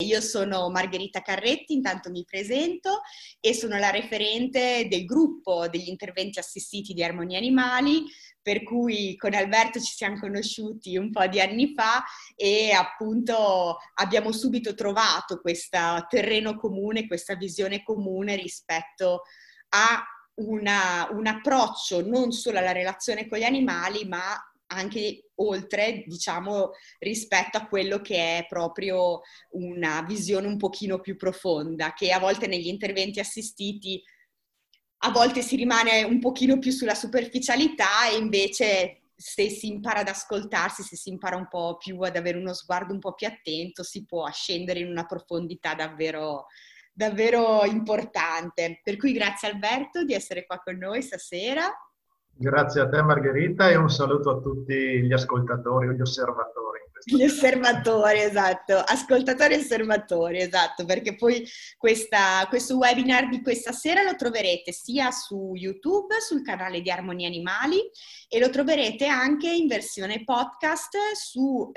io sono Margherita Carretti, intanto mi presento, e sono la referente del gruppo degli interventi assistiti di Armonia Animali, per cui con Alberto ci siamo conosciuti un po' di anni fa e appunto abbiamo subito trovato questo terreno comune, questa visione comune rispetto a un approccio non solo alla relazione con gli animali, ma anche oltre, diciamo, rispetto a quello che è proprio una visione un pochino più profonda, che a volte negli interventi assistiti a volte si rimane un pochino più sulla superficialità e invece se si impara ad ascoltarsi, se si impara un po' più ad avere uno sguardo un po' più attento, si può scendere in una profondità davvero, davvero importante. Per cui grazie Alberto di essere qua con noi stasera. Grazie a te Margherita e un saluto a tutti gli ascoltatori o gli osservatori in questo Gli caso. osservatori, esatto, ascoltatori e osservatori, esatto, perché poi questo webinar di questa sera lo troverete sia su YouTube, sul canale di Armonia Animali, e lo troverete anche in versione podcast su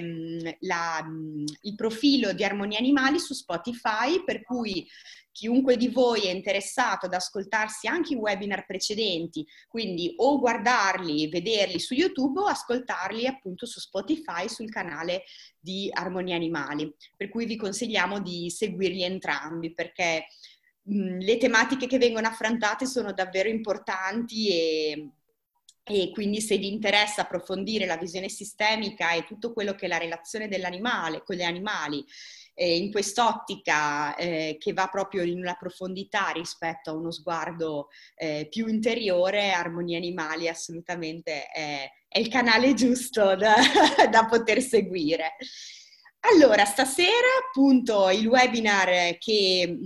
il profilo di Armonia Animali su Spotify, per cui chiunque di voi è interessato ad ascoltarsi anche i webinar precedenti, quindi o guardarli, vederli su YouTube o ascoltarli appunto su Spotify sul canale di Armonia Animali, per cui vi consigliamo di seguirli entrambi perché le tematiche che vengono affrontate sono davvero importanti e quindi se vi interessa approfondire la visione sistemica e tutto quello che è la relazione dell'animale con gli animali, in quest'ottica che va proprio in una profondità rispetto a uno sguardo più interiore, Armonia Animali assolutamente è il canale giusto da poter seguire. Allora, stasera appunto il webinar che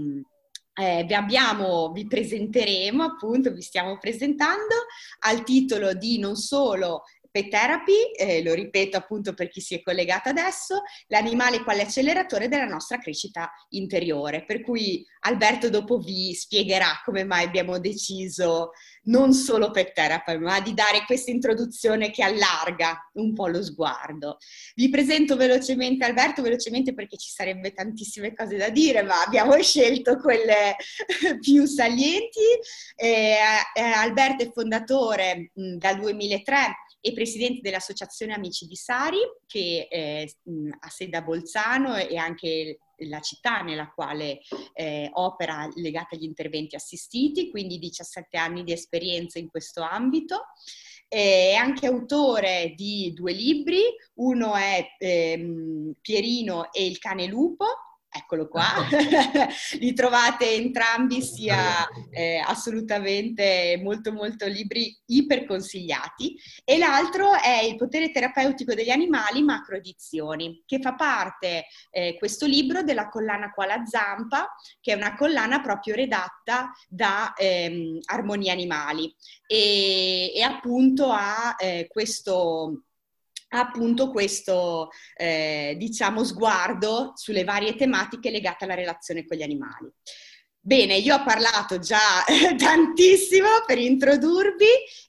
vi presenteremo, appunto vi stiamo presentando, al titolo di non solo Pet Therapy, lo ripeto appunto per chi si è collegato adesso, l'animale quale acceleratore della nostra crescita interiore. Per cui Alberto dopo vi spiegherà come mai abbiamo deciso non solo Pet Therapy, ma di dare questa introduzione che allarga un po' lo sguardo. Vi presento velocemente Alberto, velocemente perché ci sarebbe tantissime cose da dire, ma abbiamo scelto quelle più salienti. Alberto è fondatore dal 2003 e presidente dell'Associazione Amici di Sari, che ha sede a Bolzano e anche la città nella quale opera legata agli interventi assistiti, quindi 17 anni di esperienza in questo ambito. È anche autore di 2 libri, uno è Pierino e il cane lupo, eccolo qua, li trovate entrambi sia assolutamente molto molto libri iper consigliati, e l'altro è Il potere terapeutico degli animali, macro edizioni, che fa parte questo libro della collana Koala Zampa, che è una collana proprio redatta da Armonia Animali e appunto ha questo diciamo sguardo sulle varie tematiche legate alla relazione con gli animali. Bene, io ho parlato già tantissimo per introdurvi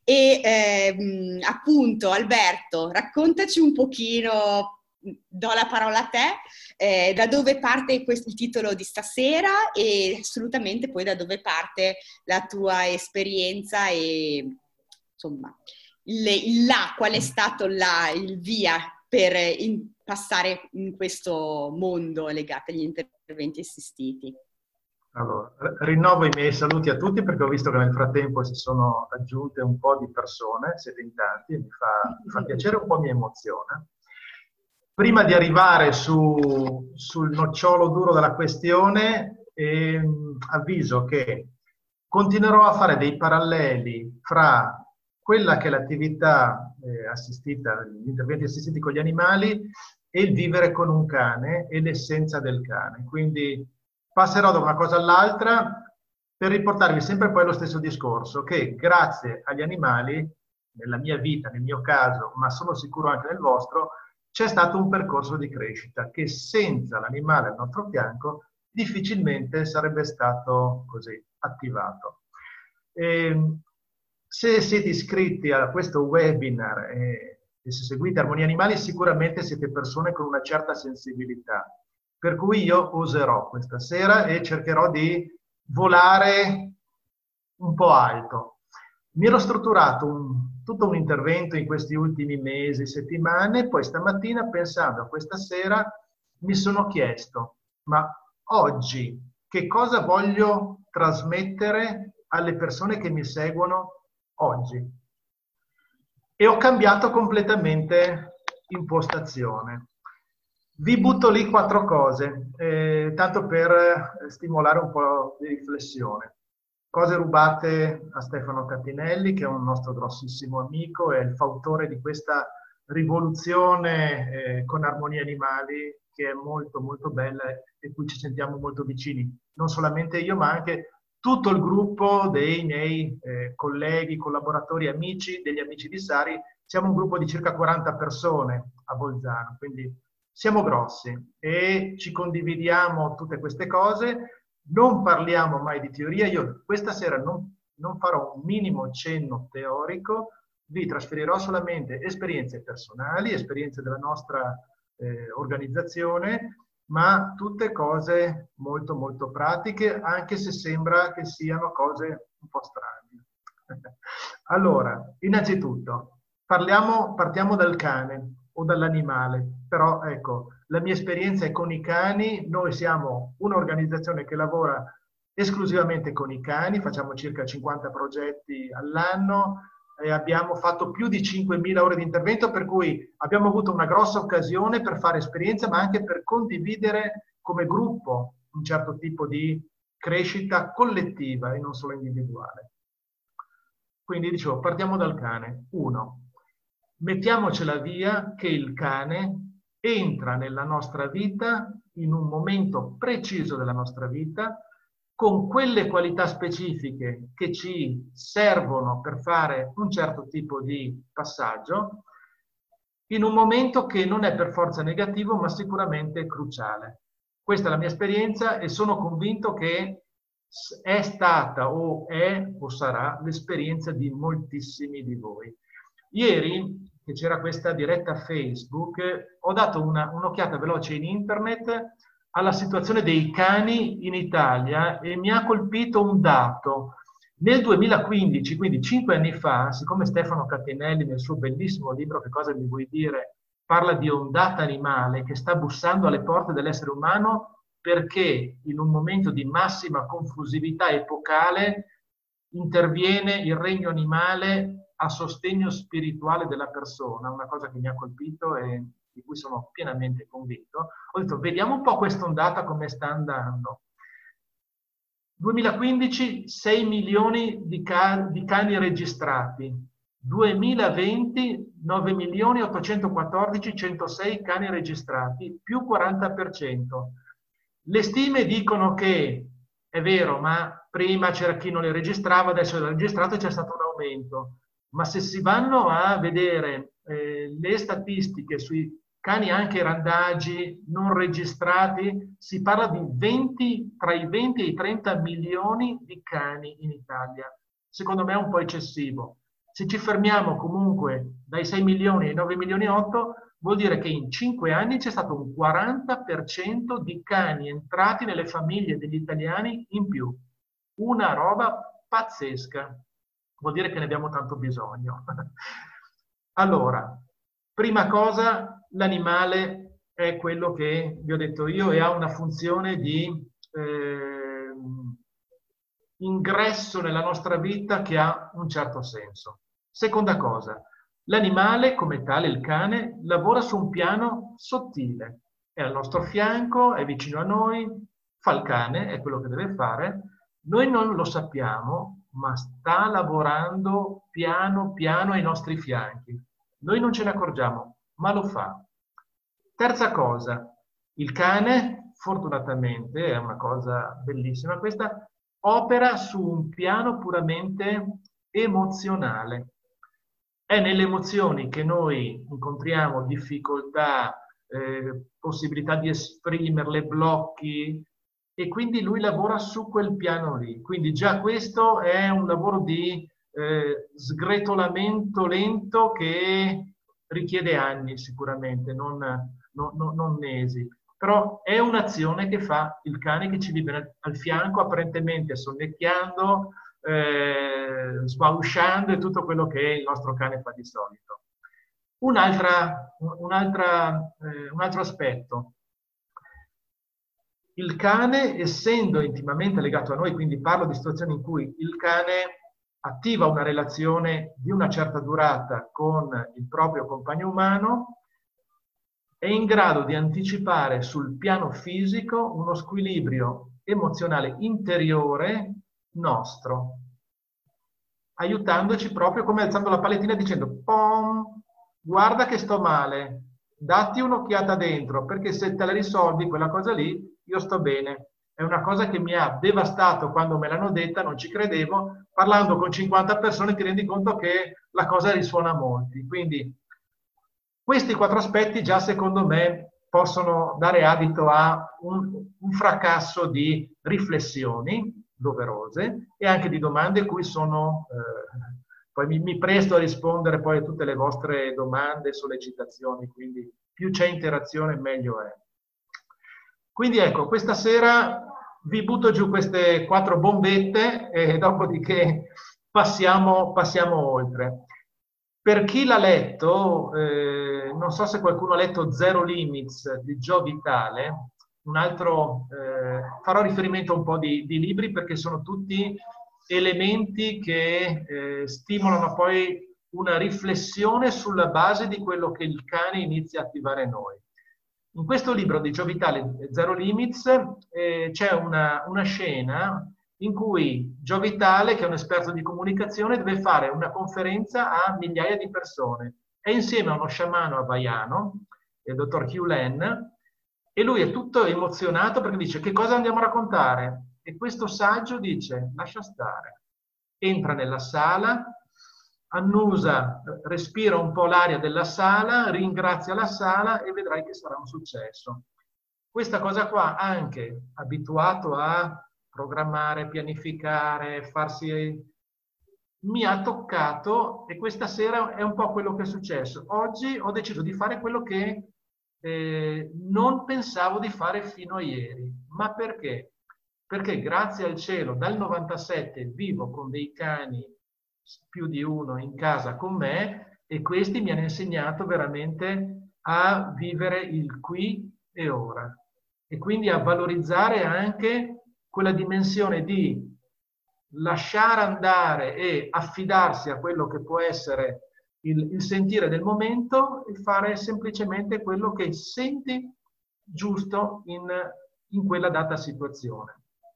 e appunto Alberto, raccontaci un pochino, do la parola a te, da dove parte il titolo di stasera e assolutamente poi da dove parte la tua esperienza e insomma qual è stato il via per passare in questo mondo legato agli interventi assistiti. Allora, rinnovo i miei saluti a tutti perché ho visto che nel frattempo si sono aggiunte un po' di persone, siete in tanti, mi fa piacere, un po' mi emoziona. Prima di arrivare sul nocciolo duro della questione, avviso che continuerò a fare dei paralleli fra quella che è l'attività assistita, gli interventi assistiti con gli animali e il vivere con un cane e l'essenza del cane. Quindi passerò da una cosa all'altra per riportarvi sempre poi allo stesso discorso, che grazie agli animali, nella mia vita, nel mio caso, ma sono sicuro anche nel vostro, c'è stato un percorso di crescita che senza l'animale al nostro fianco difficilmente sarebbe stato così attivato. Se siete iscritti a questo webinar e se seguite Armonia Animali, sicuramente siete persone con una certa sensibilità. Per cui io oserò questa sera e cercherò di volare un po' alto. Mi ero strutturato tutto un intervento in questi ultimi mesi, settimane, poi stamattina, pensando a questa sera, mi sono chiesto, ma oggi che cosa voglio trasmettere alle persone che mi seguono oggi? E ho cambiato completamente impostazione. Vi butto lì 4 cose, tanto per stimolare un po' di riflessione. Cose rubate a Stefano Catinelli, che è un nostro grossissimo amico, è il fautore di questa rivoluzione con Armonia Animali, che è molto molto bella e cui ci sentiamo molto vicini. Non solamente io, ma anche tutto il gruppo dei miei colleghi, collaboratori, amici, degli amici di Sari. Siamo un gruppo di circa 40 persone a Bolzano, quindi siamo grossi e ci condividiamo tutte queste cose. Non parliamo mai di teoria. Io questa sera non farò un minimo cenno teorico, vi trasferirò solamente esperienze personali, esperienze della nostra organizzazione, ma tutte cose molto molto pratiche, anche se sembra che siano cose un po' strane. Allora, innanzitutto, partiamo dal cane o dall'animale, però ecco, la mia esperienza è con i cani. Noi siamo un'organizzazione che lavora esclusivamente con i cani, facciamo circa 50 progetti all'anno e abbiamo fatto più di 5.000 ore di intervento, per cui abbiamo avuto una grossa occasione per fare esperienza, ma anche per condividere come gruppo un certo tipo di crescita collettiva e non solo individuale. Quindi dicevo, partiamo dal cane. 1. Mettiamocela via che il cane entra nella nostra vita in un momento preciso della nostra vita, con quelle qualità specifiche che ci servono per fare un certo tipo di passaggio, in un momento che non è per forza negativo, ma sicuramente cruciale. Questa è la mia esperienza e sono convinto che è stata o è o sarà l'esperienza di moltissimi di voi. Ieri, che c'era questa diretta Facebook, ho dato un'occhiata veloce in internet alla situazione dei cani in Italia e mi ha colpito un dato. Nel 2015, quindi 5 anni fa, siccome Stefano Catinelli nel suo bellissimo libro Che cosa mi vuoi dire parla di ondata animale che sta bussando alle porte dell'essere umano, perché in un momento di massima confusività epocale interviene il regno animale a sostegno spirituale della persona, una cosa che mi ha colpito e di cui sono pienamente convinto. Ho detto, vediamo un po' quest'ondata come sta andando. 2015, 6 milioni di cani registrati. 2020, 9 milioni 814 106 cani registrati, più 40%. Le stime dicono che, è vero, ma prima c'era chi non le registrava, adesso l'ha registrato e c'è stato un aumento. Ma se si vanno a vedere le statistiche sui cani anche randagi non registrati, si parla di tra i 20 e i 30 milioni di cani in Italia. Secondo me è un po' eccessivo. Se ci fermiamo comunque dai 6 milioni ai 9 milioni e 8, vuol dire che in 5 anni c'è stato un 40% di cani entrati nelle famiglie degli italiani in più. Una roba pazzesca. Vuol dire che ne abbiamo tanto bisogno. Allora, prima cosa, l'animale è quello che vi ho detto io e ha una funzione di ingresso nella nostra vita che ha un certo senso. Seconda cosa, l'animale, come tale il cane, lavora su un piano sottile. È al nostro fianco, è vicino a noi, fa il cane, è quello che deve fare. Noi non lo sappiamo, ma sta lavorando piano piano ai nostri fianchi. Noi non ce ne accorgiamo, ma lo fa. Terza cosa, il cane, fortunatamente, è una cosa bellissima questa, opera su un piano puramente emozionale. È nelle emozioni che noi incontriamo difficoltà, possibilità di esprimerle, blocchi, e quindi lui lavora su quel piano lì. Quindi già questo è un lavoro di sgretolamento lento che richiede anni sicuramente, non mesi. però è un'azione che fa il cane che ci vive al fianco, apparentemente sonnecchiando, sbausciando e tutto quello che il nostro cane fa di solito. Un altro aspetto. Il cane, essendo intimamente legato a noi, quindi parlo di situazioni in cui il cane attiva una relazione di una certa durata con il proprio compagno umano, è in grado di anticipare sul piano fisico uno squilibrio emozionale interiore nostro, aiutandoci proprio come alzando la palettina dicendo pom, guarda che sto male, datti un'occhiata dentro, perché se te la risolvi quella cosa lì, io sto bene. È una cosa che mi ha devastato quando me l'hanno detta, non ci credevo, parlando con 50 persone ti rendi conto che la cosa risuona a molti. Quindi questi 4 aspetti già secondo me possono dare adito a un fracasso di riflessioni doverose e anche di domande cui sono... poi mi presto a rispondere poi a tutte le vostre domande e sollecitazioni, quindi più c'è interazione meglio è. Quindi ecco, questa sera vi butto giù queste 4 bombette e dopodiché passiamo oltre. Per chi l'ha letto, non so se qualcuno ha letto Zero Limits di Joe Vitale, un altro, farò riferimento a un po' di libri perché sono tutti elementi che stimolano poi una riflessione sulla base di quello che il cane inizia a attivare in noi. In questo libro di Joe Vitale, Zero Limits, c'è una scena in cui Joe Vitale, che è un esperto di comunicazione, deve fare una conferenza a migliaia di persone. È insieme a uno sciamano hawaiano, il dottor Hugh Len, e lui è tutto emozionato perché dice: che cosa andiamo a raccontare? E questo saggio dice: lascia stare. Entra nella sala, annusa, respira un po' l'aria della sala, ringrazia la sala e vedrai che sarà un successo. Questa cosa qua, anche abituato a programmare, pianificare, mi ha toccato e questa sera è un po' quello che è successo. Oggi ho deciso di fare quello che non pensavo di fare fino a ieri. Ma perché? Perché grazie al cielo dal 97 vivo con dei cani, più di uno in casa con me, e questi mi hanno insegnato veramente a vivere il qui e ora e quindi a valorizzare anche quella dimensione di lasciare andare e affidarsi a quello che può essere il sentire del momento e fare semplicemente quello che senti giusto in quella data situazione.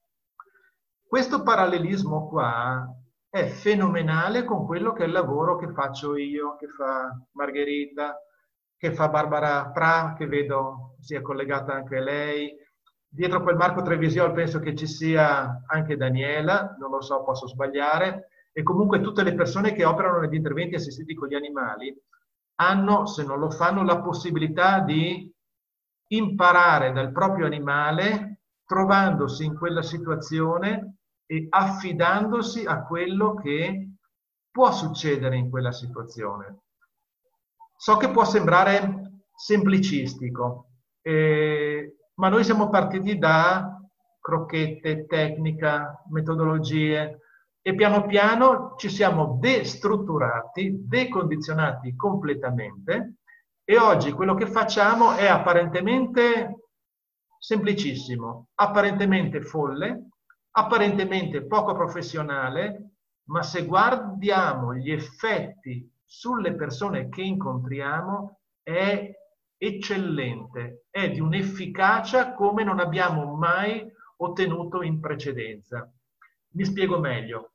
Questo parallelismo qua è fenomenale con quello che è il lavoro che faccio io, che fa Margherita, che fa Barbara Pra, che vedo sia collegata anche lei. Dietro quel Marco Trevisiol penso che ci sia anche Daniela, non lo so, posso sbagliare, e comunque tutte le persone che operano negli interventi assistiti con gli animali hanno, se non lo fanno, la possibilità di imparare dal proprio animale, trovandosi in quella situazione e affidandosi a quello che può succedere in quella situazione. So che può sembrare semplicistico, ma noi siamo partiti da crocchette, tecnica, metodologie e piano piano ci siamo destrutturati, decondizionati completamente e oggi quello che facciamo è apparentemente semplicissimo, apparentemente folle, apparentemente poco professionale, ma se guardiamo gli effetti sulle persone che incontriamo è eccellente, è di un'efficacia come non abbiamo mai ottenuto in precedenza. Mi spiego meglio.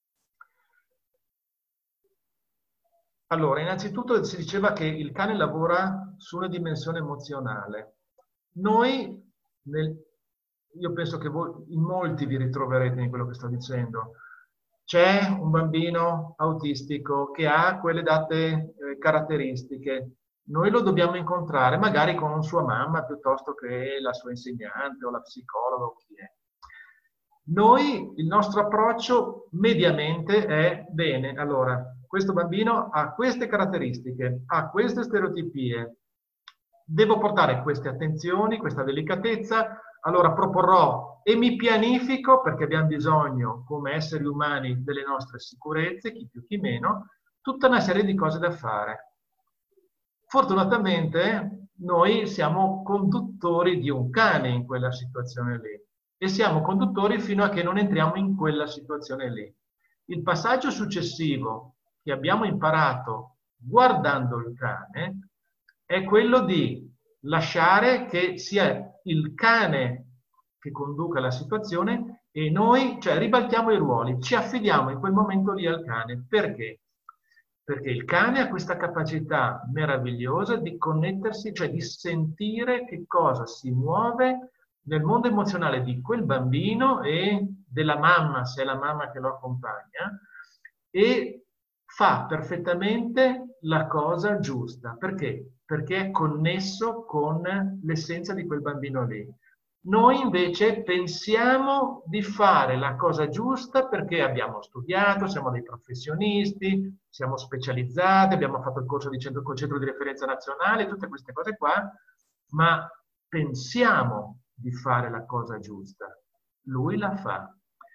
Allora, innanzitutto si diceva che il cane lavora su una dimensione emozionale. Noi, io penso che voi, in molti vi ritroverete in quello che sto dicendo. C'è un bambino autistico che ha quelle date caratteristiche. Noi lo dobbiamo incontrare magari con sua mamma piuttosto che la sua insegnante o la psicologa o chi è. Noi, il nostro approccio mediamente è bene, allora, questo bambino ha queste caratteristiche, ha queste stereotipie, devo portare queste attenzioni, questa delicatezza, allora proporrò e mi pianifico, perché abbiamo bisogno come esseri umani delle nostre sicurezze, chi più chi meno, tutta una serie di cose da fare. Fortunatamente noi siamo conduttori di un cane in quella situazione lì e siamo conduttori fino a che non entriamo in quella situazione lì. Il passaggio successivo che abbiamo imparato guardando il cane è quello di lasciare che sia il cane che conduca la situazione e noi, cioè, ribaltiamo i ruoli, ci affidiamo in quel momento lì al cane. Perché? Perché il cane ha questa capacità meravigliosa di connettersi, cioè di sentire che cosa si muove nel mondo emozionale di quel bambino e della mamma, se è la mamma che lo accompagna, e fa perfettamente la cosa giusta. Perché? Perché è connesso con l'essenza di quel bambino lì. Noi invece pensiamo di fare la cosa giusta perché abbiamo studiato, siamo dei professionisti, siamo specializzati, abbiamo fatto il corso col centro di referenza nazionale, tutte queste cose qua, ma pensiamo di fare la cosa giusta. Lui la fa.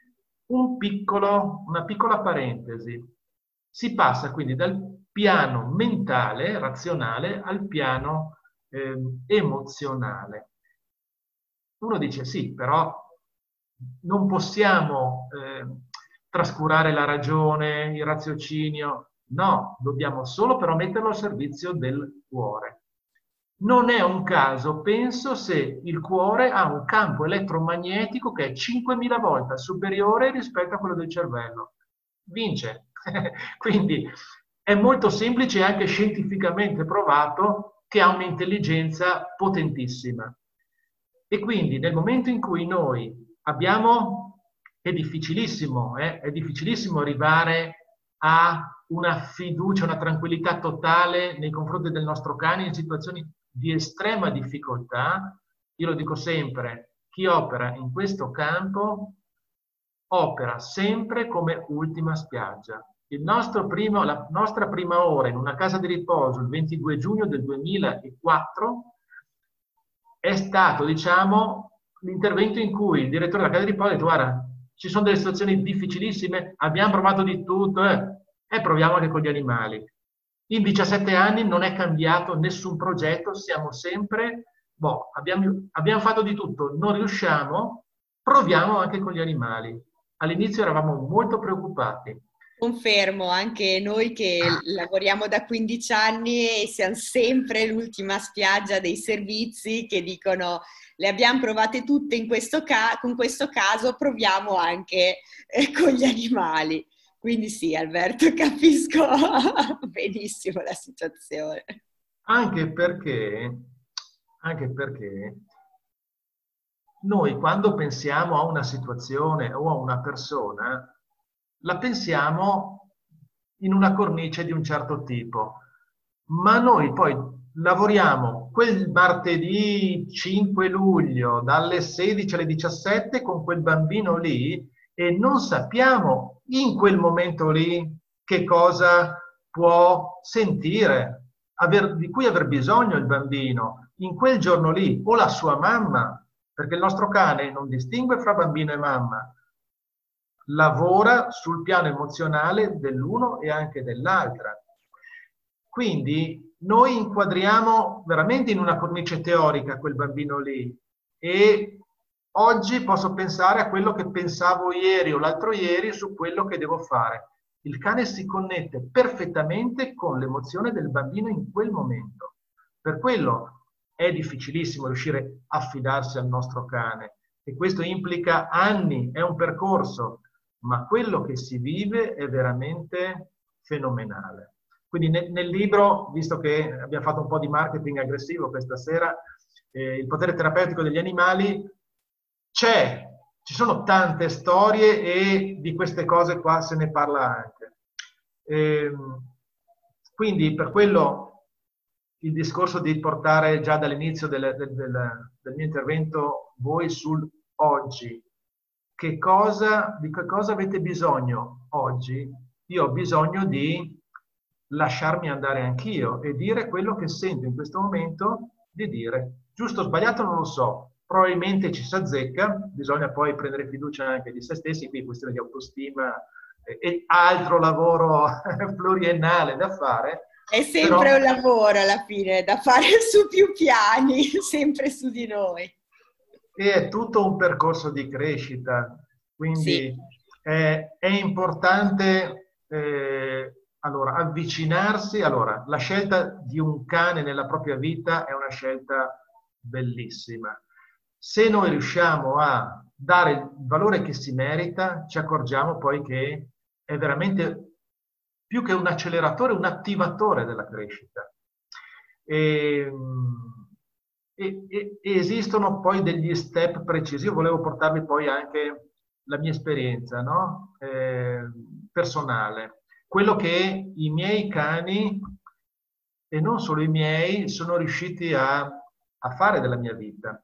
Una piccola parentesi. Si passa quindi dal piano mentale, razionale, al piano emozionale. Uno dice sì, però non possiamo trascurare la ragione, il raziocinio. No, dobbiamo solo però metterlo al servizio del cuore. Non è un caso, penso, se il cuore ha un campo elettromagnetico che è 5.000 volte superiore rispetto a quello del cervello. Vince. Quindi è molto semplice e anche scientificamente provato che ha un'intelligenza potentissima. E quindi nel momento in cui noi abbiamo, è difficilissimo arrivare a una fiducia, una tranquillità totale nei confronti del nostro cane in situazioni di estrema difficoltà. Io lo dico sempre, chi opera in questo campo opera sempre come ultima spiaggia. La nostra prima ora in una casa di riposo il 22 giugno del 2004 è stato, diciamo, l'intervento in cui il direttore della casa di riposo ha detto: guarda, ci sono delle situazioni difficilissime, abbiamo provato di tutto e proviamo anche con gli animali. In 17 anni non è cambiato nessun progetto, siamo sempre, abbiamo fatto di tutto, non riusciamo, proviamo anche con gli animali. All'inizio eravamo molto preoccupati. Confermo, anche noi che lavoriamo da 15 anni e siamo sempre l'ultima spiaggia dei servizi che dicono le abbiamo provate tutte con questo caso, proviamo anche con gli animali. Quindi sì, Alberto, capisco benissimo la situazione. Anche perché noi quando pensiamo a una situazione o a una persona, la pensiamo in una cornice di un certo tipo, ma noi poi lavoriamo quel martedì 5 luglio dalle 16 alle 17 con quel bambino lì e non sappiamo in quel momento lì che cosa può sentire, di cui aver bisogno il bambino in quel giorno lì, o la sua mamma, perché il nostro cane non distingue fra bambino e mamma, lavora sul piano emozionale dell'uno e anche dell'altra. Quindi noi inquadriamo veramente in una cornice teorica quel bambino lì e oggi posso pensare a quello che pensavo ieri o l'altro ieri su quello che devo fare. Il cane si connette perfettamente con l'emozione del bambino in quel momento. Per quello è difficilissimo riuscire a fidarsi al nostro cane e questo implica anni, è un percorso, ma quello che si vive è veramente fenomenale. Quindi nel libro, visto che abbiamo fatto un po' di marketing aggressivo questa sera, il potere terapeutico degli animali, ci sono tante storie e di queste cose qua se ne parla anche. Quindi per quello il discorso di portare già dall'inizio del mio intervento voi sul oggi. Di che cosa avete bisogno oggi? Io ho bisogno di lasciarmi andare anch'io e dire quello che sento in questo momento di dire, giusto o sbagliato non lo so, probabilmente ci si azzecca, bisogna poi prendere fiducia anche di se stessi, qui è questione di autostima e altro lavoro pluriennale da fare. È sempre un lavoro alla fine da fare su più piani, sempre su di noi. E è tutto un percorso di crescita, quindi Sì. è importante allora, avvicinarsi. Allora, la scelta di un cane nella propria vita è una scelta bellissima. Se noi riusciamo a dare il valore che si merita, ci accorgiamo poi che è veramente più che un acceleratore, un attivatore della crescita. E esistono poi degli step precisi. Io volevo portarvi poi anche la mia esperienza, no? Personale. Quello che i miei cani, e non solo i miei, sono riusciti a fare della mia vita.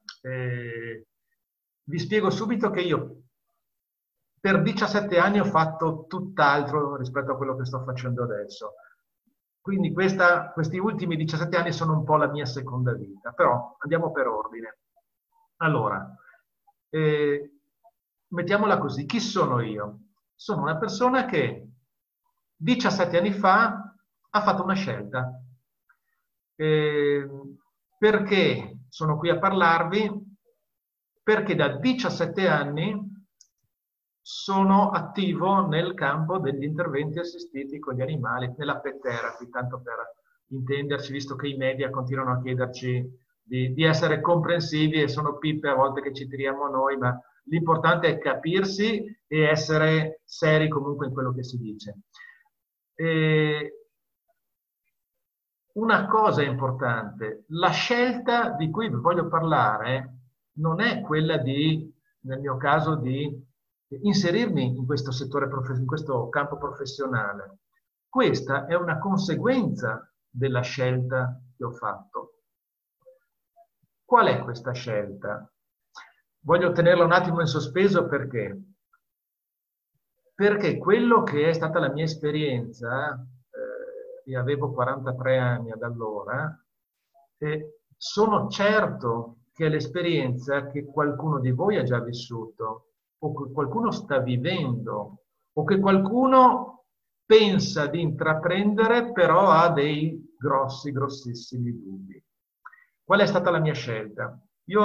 Vi spiego subito che io per 17 anni ho fatto tutt'altro rispetto a quello che sto facendo adesso. Quindi questi ultimi 17 anni sono un po' la mia seconda vita, però andiamo per ordine. Allora, mettiamola così, chi sono io? Sono una persona che 17 anni fa ha fatto una scelta. Perché sono qui a parlarvi? Perché da 17 anni sono attivo nel campo degli interventi assistiti con gli animali, nella pet therapy, tanto per intenderci, visto che i media continuano a chiederci di essere comprensivi e sono pippe a volte che ci tiriamo noi, ma l'importante è capirsi e essere seri comunque in quello che si dice. Una cosa importante, la scelta di cui vi voglio parlare non è quella di, nel mio caso, di inserirmi in questo settore, in questo campo professionale. Questa è una conseguenza della scelta che ho fatto. Qual è questa scelta? Voglio tenerla un attimo in sospeso perché? Perché quello che è stata la mia esperienza, io avevo 43 anni ad allora, sono certo che è l'esperienza che qualcuno di voi ha già vissuto, o che qualcuno sta vivendo, o che qualcuno pensa di intraprendere, però ha dei grossissimi dubbi. Qual è stata la mia scelta?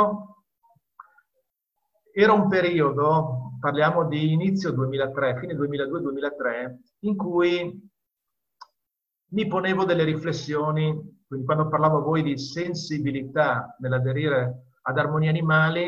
Era un periodo, parliamo di inizio 2003, fine 2002-2003, in cui mi ponevo delle riflessioni, quindi quando parlavo a voi di sensibilità nell'aderire ad Armonia Animali,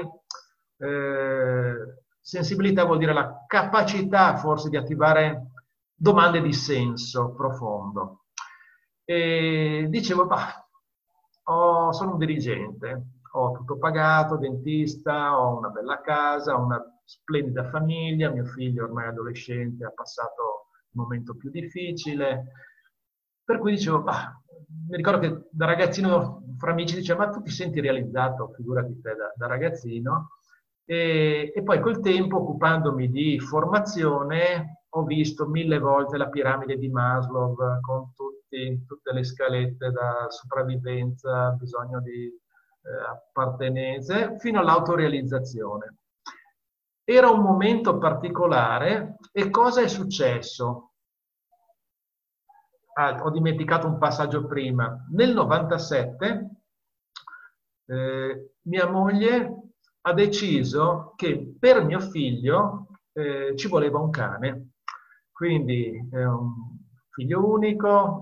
sensibilità vuol dire la capacità forse di attivare domande di senso profondo. E dicevo, sono un dirigente, ho tutto pagato, dentista, ho una bella casa, ho una splendida famiglia, mio figlio ormai adolescente ha passato il momento più difficile, per cui dicevo, mi ricordo che da ragazzino fra amici diceva, ma tu ti senti realizzato, figurati te da ragazzino, e poi col tempo, occupandomi di formazione, ho visto 1000 volte la piramide di Maslow con tutte le scalette da sopravvivenza, bisogno di appartenenze, fino all'autorealizzazione. Era un momento particolare e cosa è successo? Ho dimenticato un passaggio prima. Nel 97 mia moglie ha deciso che per mio figlio ci voleva un cane. Quindi è un figlio unico,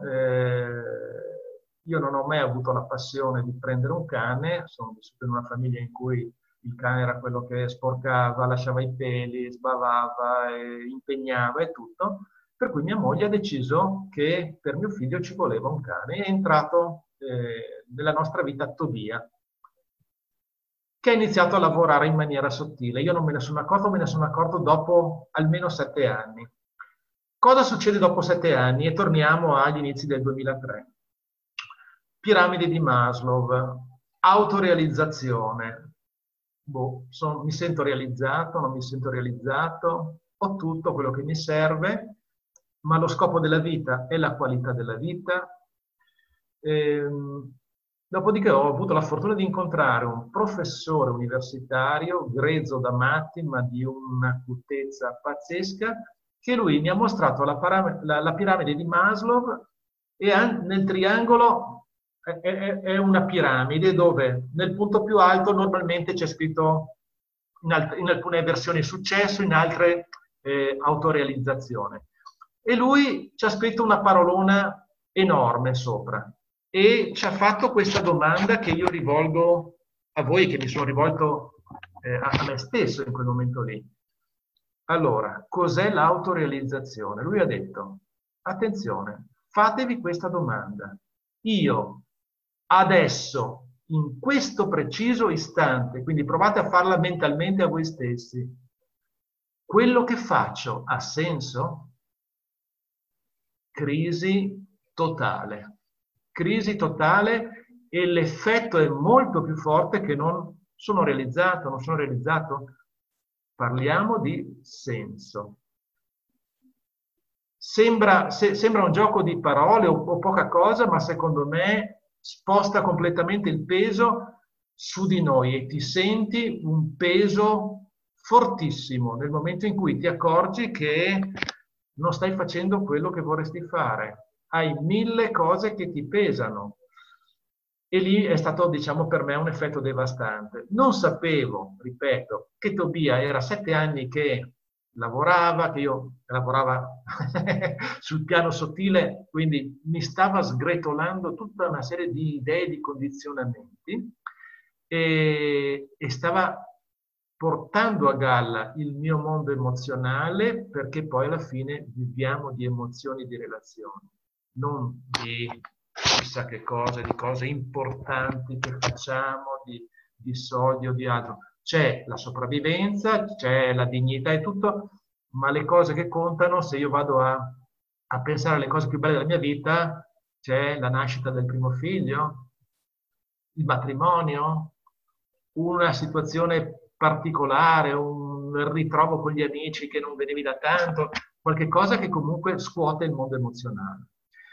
io non ho mai avuto la passione di prendere un cane, sono vissuto in una famiglia in cui il cane era quello che sporcava, lasciava i peli, sbavava, impegnava e tutto. Per cui mia moglie ha deciso che per mio figlio ci voleva un cane e è entrato nella nostra vita Tobia, che ha iniziato a lavorare in maniera sottile. Io non me ne sono accorto dopo almeno 7 anni. Cosa succede dopo 7 anni? E torniamo agli inizi del 2003. Piramide di Maslow, autorealizzazione. Mi sento realizzato, non mi sento realizzato, ho tutto quello che mi serve, ma lo scopo della vita è la qualità della vita. Dopodiché ho avuto la fortuna di incontrare un professore universitario, grezzo da matti, ma di un'acutezza pazzesca, che lui mi ha mostrato la piramide di Maslow e nel triangolo è una piramide dove nel punto più alto normalmente c'è scritto in alcune versioni successo, in altre autorealizzazione. E lui ci ha scritto una parolona enorme sopra e ci ha fatto questa domanda che io rivolgo a voi, che mi sono rivolto a me stesso in quel momento lì. Allora, cos'è l'autorealizzazione? Lui ha detto, attenzione, fatevi questa domanda. Io adesso, in questo preciso istante, quindi provate a farla mentalmente a voi stessi, quello che faccio ha senso? Crisi totale. Crisi totale e l'effetto è molto più forte che non sono realizzato, non sono realizzato. Parliamo di senso. Sembra un gioco di parole o poca cosa, ma secondo me sposta completamente il peso su di noi e ti senti un peso fortissimo nel momento in cui ti accorgi che non stai facendo quello che vorresti fare. Hai 1000 cose che ti pesano. E lì è stato, diciamo, per me un effetto devastante. Non sapevo, ripeto, che Tobia era 7 anni che lavorava, che io lavorava sul piano sottile, quindi mi stava sgretolando tutta una serie di idee, di condizionamenti e stava portando a galla il mio mondo emozionale, perché poi alla fine viviamo di emozioni, di relazioni, non di chissà che cosa, di cose importanti che facciamo, di soldi o di altro. C'è la sopravvivenza, c'è la dignità e tutto, ma le cose che contano, se io vado a pensare alle cose più belle della mia vita, c'è la nascita del primo figlio, il matrimonio, una situazione particolare, un ritrovo con gli amici che non vedevi da tanto, qualche cosa che comunque scuote il mondo emozionale.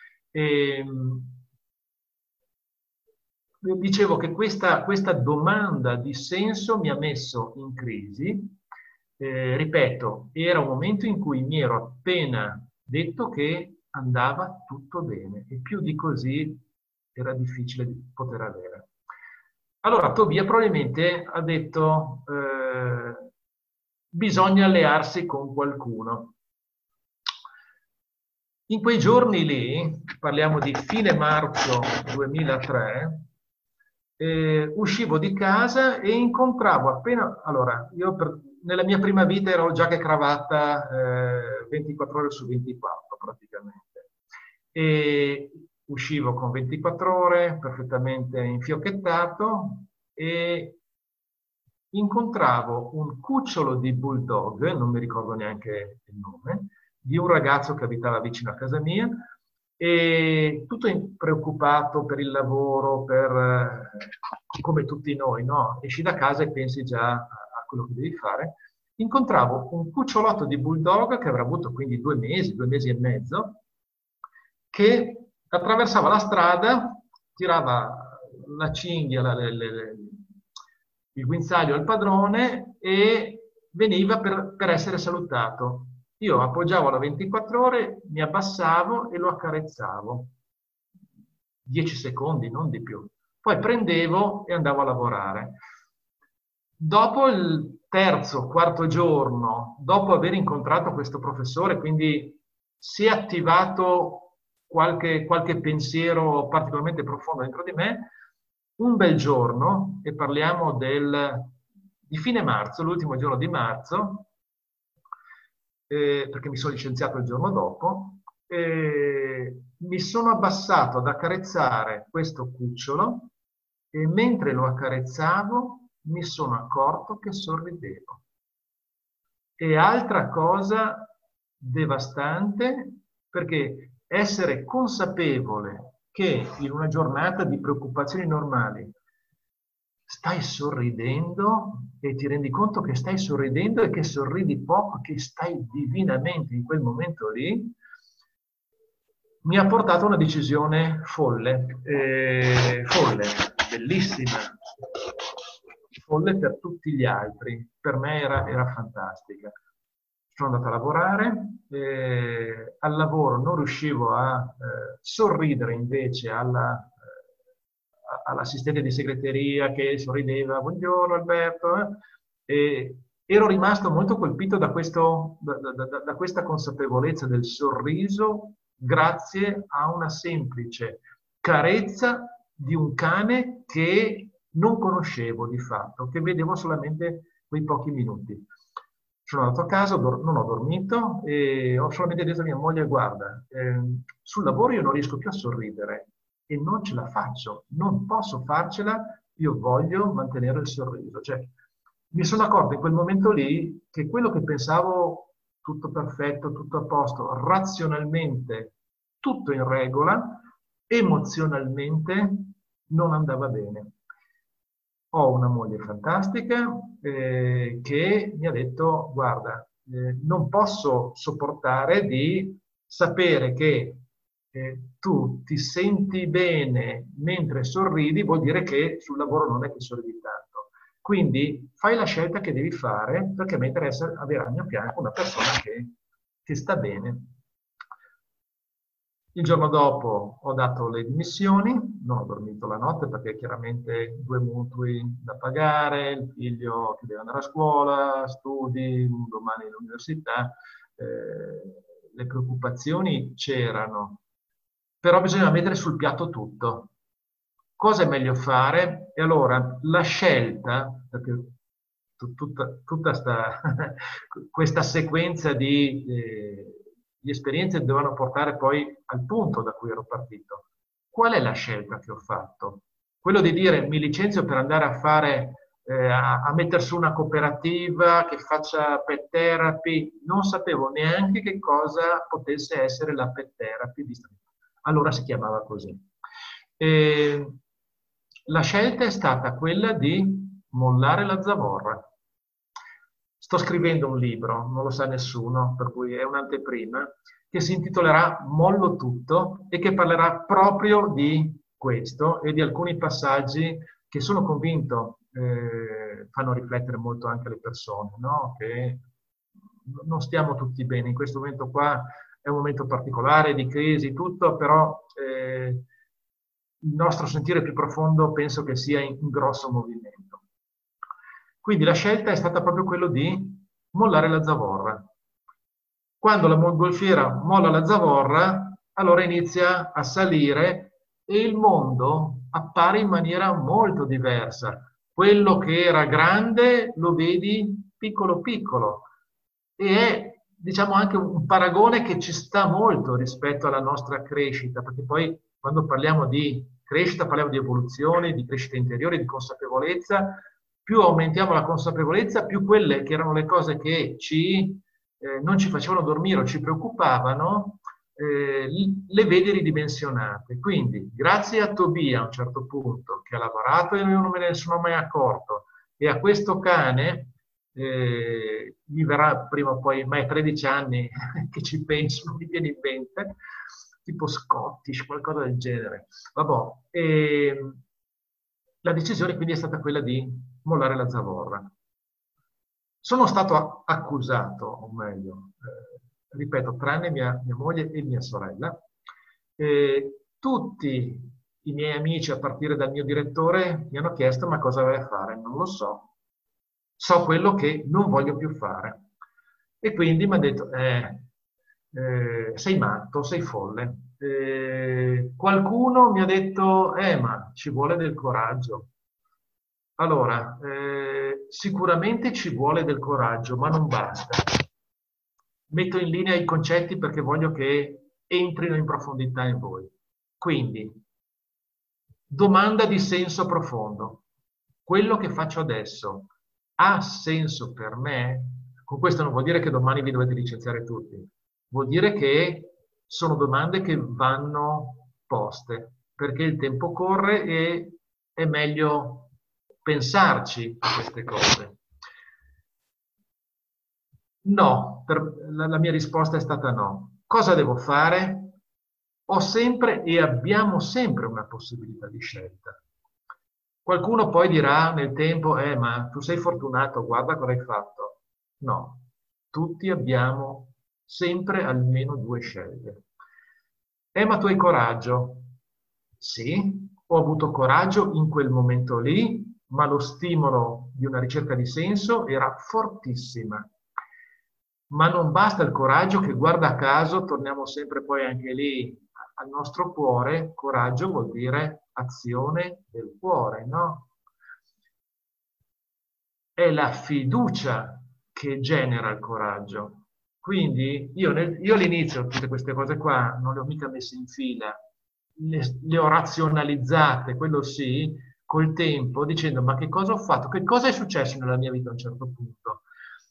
Dicevo che questa domanda di senso mi ha messo in crisi. Ripeto, era un momento in cui mi ero appena detto che andava tutto bene e più di così era difficile di poter avere. Allora Tobia probabilmente ha detto bisogna allearsi con qualcuno. In quei giorni lì, parliamo di fine marzo 2003, uscivo di casa e incontravo appena... Allora, io nella mia prima vita ero giacca e cravatta 24 ore su 24 praticamente. E uscivo con 24 ore, perfettamente infiocchettato, e incontravo un cucciolo di bulldog, non mi ricordo neanche il nome, di un ragazzo che abitava vicino a casa mia, e tutto preoccupato per il lavoro, come tutti noi, no? Esci da casa e pensi già a quello che devi fare. Incontravo un cucciolotto di bulldog che avrà avuto quindi 2 mesi e mezzo, che attraversava la strada, tirava la cinghia, il guinzaglio al padrone e veniva per essere salutato. Io appoggiavo la 24 ore, mi abbassavo e lo accarezzavo. 10 secondi, non di più. Poi prendevo e andavo a lavorare. Dopo il terzo, quarto giorno, dopo aver incontrato questo professore, quindi si è attivato qualche pensiero particolarmente profondo dentro di me, un bel giorno, e parliamo di fine marzo, l'ultimo giorno di marzo, perché mi sono licenziato il giorno dopo, mi sono abbassato ad accarezzare questo cucciolo e mentre lo accarezzavo mi sono accorto che sorridevo. E altra cosa devastante, perché essere consapevole che in una giornata di preoccupazioni normali stai sorridendo e ti rendi conto che stai sorridendo e che sorridi poco, che stai divinamente in quel momento lì, mi ha portato a una decisione folle, bellissima, folle per tutti gli altri, per me era fantastica. Sono andato a lavorare, al lavoro non riuscivo a sorridere invece all'assistente di segreteria che sorrideva, buongiorno Alberto, e ero rimasto molto colpito da questa consapevolezza del sorriso grazie a una semplice carezza di un cane che non conoscevo di fatto, che vedevo solamente quei pochi minuti. Sono andato a casa, non ho dormito e ho solamente detto a mia moglie, guarda, sul lavoro io non riesco più a sorridere e non ce la faccio, non posso farcela, io voglio mantenere il sorriso. Cioè, mi sono accorto in quel momento lì che quello che pensavo tutto perfetto, tutto a posto, razionalmente tutto in regola, emozionalmente non andava bene. Ho una moglie fantastica che mi ha detto, guarda, non posso sopportare di sapere che tu ti senti bene mentre sorridi, vuol dire che sul lavoro non è che sorridi tanto. Quindi fai la scelta che devi fare perché mi interessa avere al mio fianco una persona che sta bene. Il giorno dopo ho dato le dimissioni, non ho dormito la notte perché chiaramente 2 mutui da pagare, il figlio che deve andare a scuola, studi, domani all'università, le preoccupazioni c'erano, però bisognava mettere sul piatto tutto. Cosa è meglio fare? E allora la scelta, perché tutta questa sequenza di esperienze dovevano portare poi al punto da cui ero partito. Qual è la scelta che ho fatto? Quello di dire mi licenzio per andare a fare, a mettere su una cooperativa che faccia pet therapy, non sapevo neanche che cosa potesse essere la pet therapy, allora si chiamava così. La scelta è stata quella di mollare la zavorra. Sto scrivendo un libro, non lo sa nessuno, per cui è un'anteprima, che si intitolerà Mollo tutto e che parlerà proprio di questo e di alcuni passaggi che sono convinto fanno riflettere molto anche le persone, no? Che non stiamo tutti bene. In questo momento qua è un momento particolare di crisi, tutto, però il nostro sentire più profondo penso che sia in grosso movimento. Quindi la scelta è stata proprio quello di mollare la zavorra. Quando la mongolfiera molla la zavorra, allora inizia a salire e il mondo appare in maniera molto diversa. Quello che era grande lo vedi piccolo piccolo e è, diciamo, anche un paragone che ci sta molto rispetto alla nostra crescita, perché poi quando parliamo di crescita parliamo di evoluzione, di crescita interiore, di consapevolezza. Più aumentiamo la consapevolezza, più quelle che erano le cose che non ci facevano dormire o ci preoccupavano, le vedi ridimensionate. Quindi, grazie a Tobia a un certo punto, che ha lavorato e non me ne sono mai accorto, e a questo cane, mi verrà prima o poi, ma è 13 anni che ci penso, non mi viene in mente, tipo Scottish, qualcosa del genere. Vabbè, la decisione quindi è stata quella di mollare la zavorra. Sono stato accusato, o meglio, ripeto, tranne mia moglie e mia sorella, tutti i miei amici, a partire dal mio direttore, mi hanno chiesto ma cosa vai a fare? Non lo so. So quello che non voglio più fare. E quindi mi ha detto, sei matto, sei folle. Qualcuno mi ha detto, ma ci vuole del coraggio. Allora, sicuramente ci vuole del coraggio, ma non basta. Metto in linea i concetti perché voglio che entrino in profondità in voi. Quindi, domanda di senso profondo. Quello che faccio adesso ha senso per me? Con questo non vuol dire che domani vi dovete licenziare tutti. Vuol dire che sono domande che vanno poste, perché il tempo corre e è meglio pensarci a queste cose. No, la mia risposta è stata no. Cosa devo fare? ho sempre e abbiamo sempre una possibilità di scelta. Qualcuno poi dirà nel tempo, ma tu sei fortunato, guarda cosa hai fatto. No, tutti abbiamo sempre almeno due scelte. Ma tu hai coraggio? Sì, ho avuto coraggio in quel momento lì, ma lo stimolo di una ricerca di senso era fortissima. Ma non basta il coraggio che, guarda caso, torniamo sempre poi anche lì al nostro cuore. Coraggio vuol dire azione del cuore, no? È la fiducia che genera il coraggio. Quindi io all'inizio tutte queste cose qua non le ho mica messe in fila, le ho razionalizzate, quello sì, col tempo, dicendo ma che cosa ho fatto? Che cosa è successo nella mia vita a un certo punto?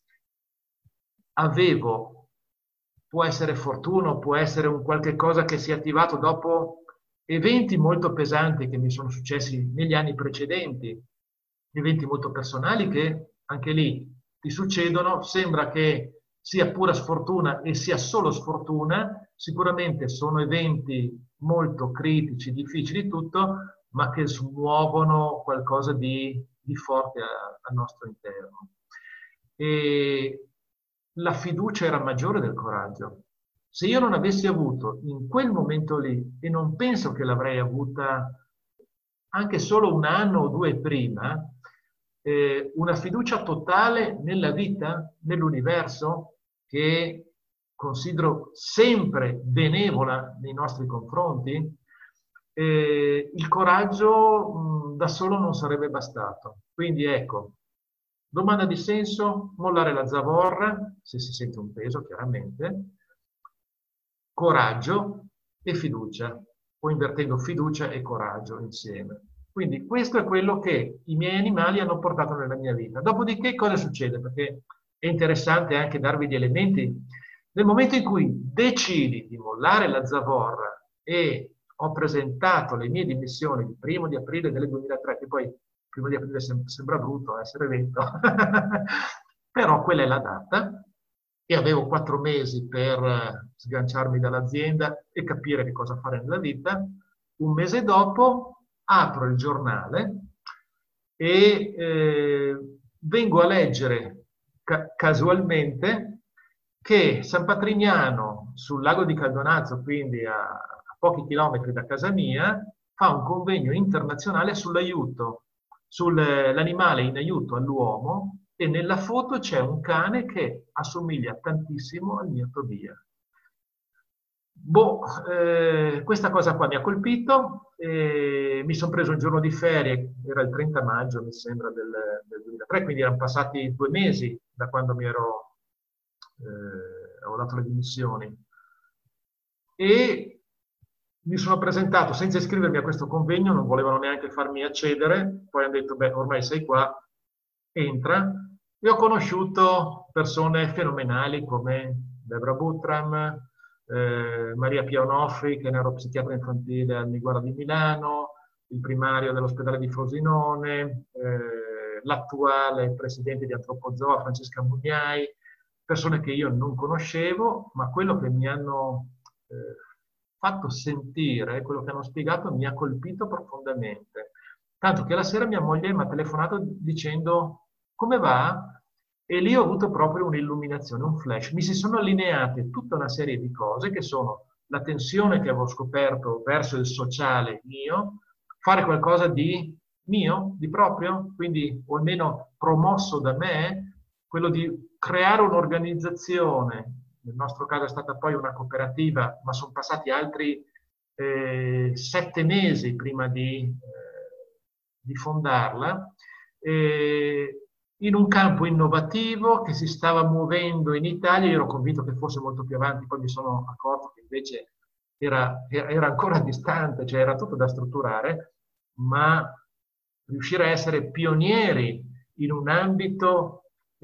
Può essere fortuna, può essere un qualche cosa che si è attivato dopo eventi molto pesanti che mi sono successi negli anni precedenti, eventi molto personali che anche lì ti succedono, sembra che sia pura sfortuna e sia solo sfortuna, sicuramente sono eventi molto critici, difficili tutto, ma che smuovono qualcosa di forte al nostro interno. E la fiducia era maggiore del coraggio. Se io non avessi avuto in quel momento lì, e non penso che l'avrei avuta anche solo un anno o due prima, una fiducia totale nella vita, nell'universo, che considero sempre benevola nei nostri confronti, il coraggio da solo non sarebbe bastato. Quindi ecco, domanda di senso, mollare la zavorra, se si sente un peso chiaramente, coraggio e fiducia, o invertendo fiducia e coraggio insieme. Quindi questo è quello che i miei animali hanno portato nella mia vita. Dopodiché cosa succede? Perché è interessante anche darvi gli elementi. Nel momento in cui decidi di mollare la zavorra e ho presentato le mie dimissioni il 1° aprile del 2003, che poi il 1° aprile sembra brutto essere detto, però quella è la data, e avevo 4 mesi per sganciarmi dall'azienda e capire che cosa fare nella vita. Un mese dopo apro il giornale e vengo a leggere casualmente che San Patrignano, sul lago di Caldonazzo, quindi a pochi chilometri da casa mia, fa un convegno internazionale sull'aiuto, sull'animale in aiuto all'uomo, e nella foto c'è un cane che assomiglia tantissimo al mio Tobia. Questa cosa qua mi ha colpito, mi sono preso un giorno di ferie, era il 30 maggio mi sembra del 2003, quindi erano passati 2 mesi da quando avevo dato le dimissioni, e mi sono presentato senza iscrivermi a questo convegno, non volevano neanche farmi accedere, poi hanno detto beh ormai sei qua, entra, e ho conosciuto persone fenomenali come Debra Buttram, Maria Pia Onofri, che è neuropsichiatra infantile al Niguarda di Milano, il primario dell'ospedale di Frosinone, l'attuale presidente di Antropozoa, Francesca Mugnai, persone che io non conoscevo, ma quello che mi hanno fatto sentire, quello che hanno spiegato, mi ha colpito profondamente. Tanto che la sera mia moglie mi ha telefonato dicendo come va? E lì ho avuto proprio un'illuminazione, un flash. Mi si sono allineate tutta una serie di cose che sono la tensione che avevo scoperto verso il sociale mio, fare qualcosa di mio, di proprio, quindi o almeno promosso da me, quello di creare un'organizzazione. Nel nostro caso è stata poi una cooperativa, ma sono passati altri 7 mesi prima di fondarla, in un campo innovativo che si stava muovendo in Italia. Io ero convinto che fosse molto più avanti, poi mi sono accorto che invece era ancora distante, cioè era tutto da strutturare, ma riuscire a essere pionieri in un ambito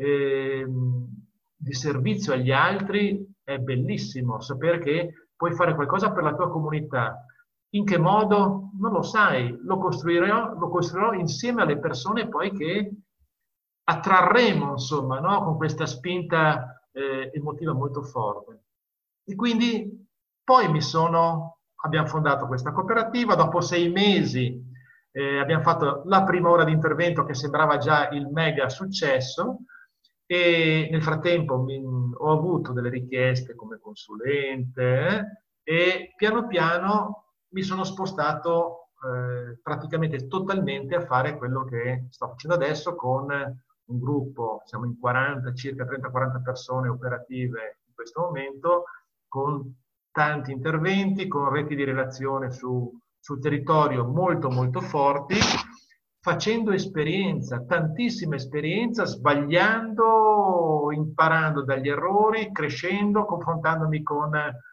di servizio agli altri è bellissimo. Sapere che puoi fare qualcosa per la tua comunità. In che modo? Non lo sai, lo costruirò insieme alle persone poi che attrarremo, insomma, no? Con questa spinta emotiva molto forte. E quindi poi mi sono abbiamo fondato questa cooperativa, dopo 6 mesi abbiamo fatto la prima ora di intervento che sembrava già il mega successo e nel frattempo ho avuto delle richieste come consulente e piano piano mi sono spostato praticamente totalmente a fare quello che sto facendo adesso con un gruppo, siamo in 40, circa 30-40 persone operative in questo momento, con tanti interventi, con reti di relazione sul territorio molto molto forti, facendo esperienza, tantissima esperienza, sbagliando, imparando dagli errori, crescendo, confrontandomi con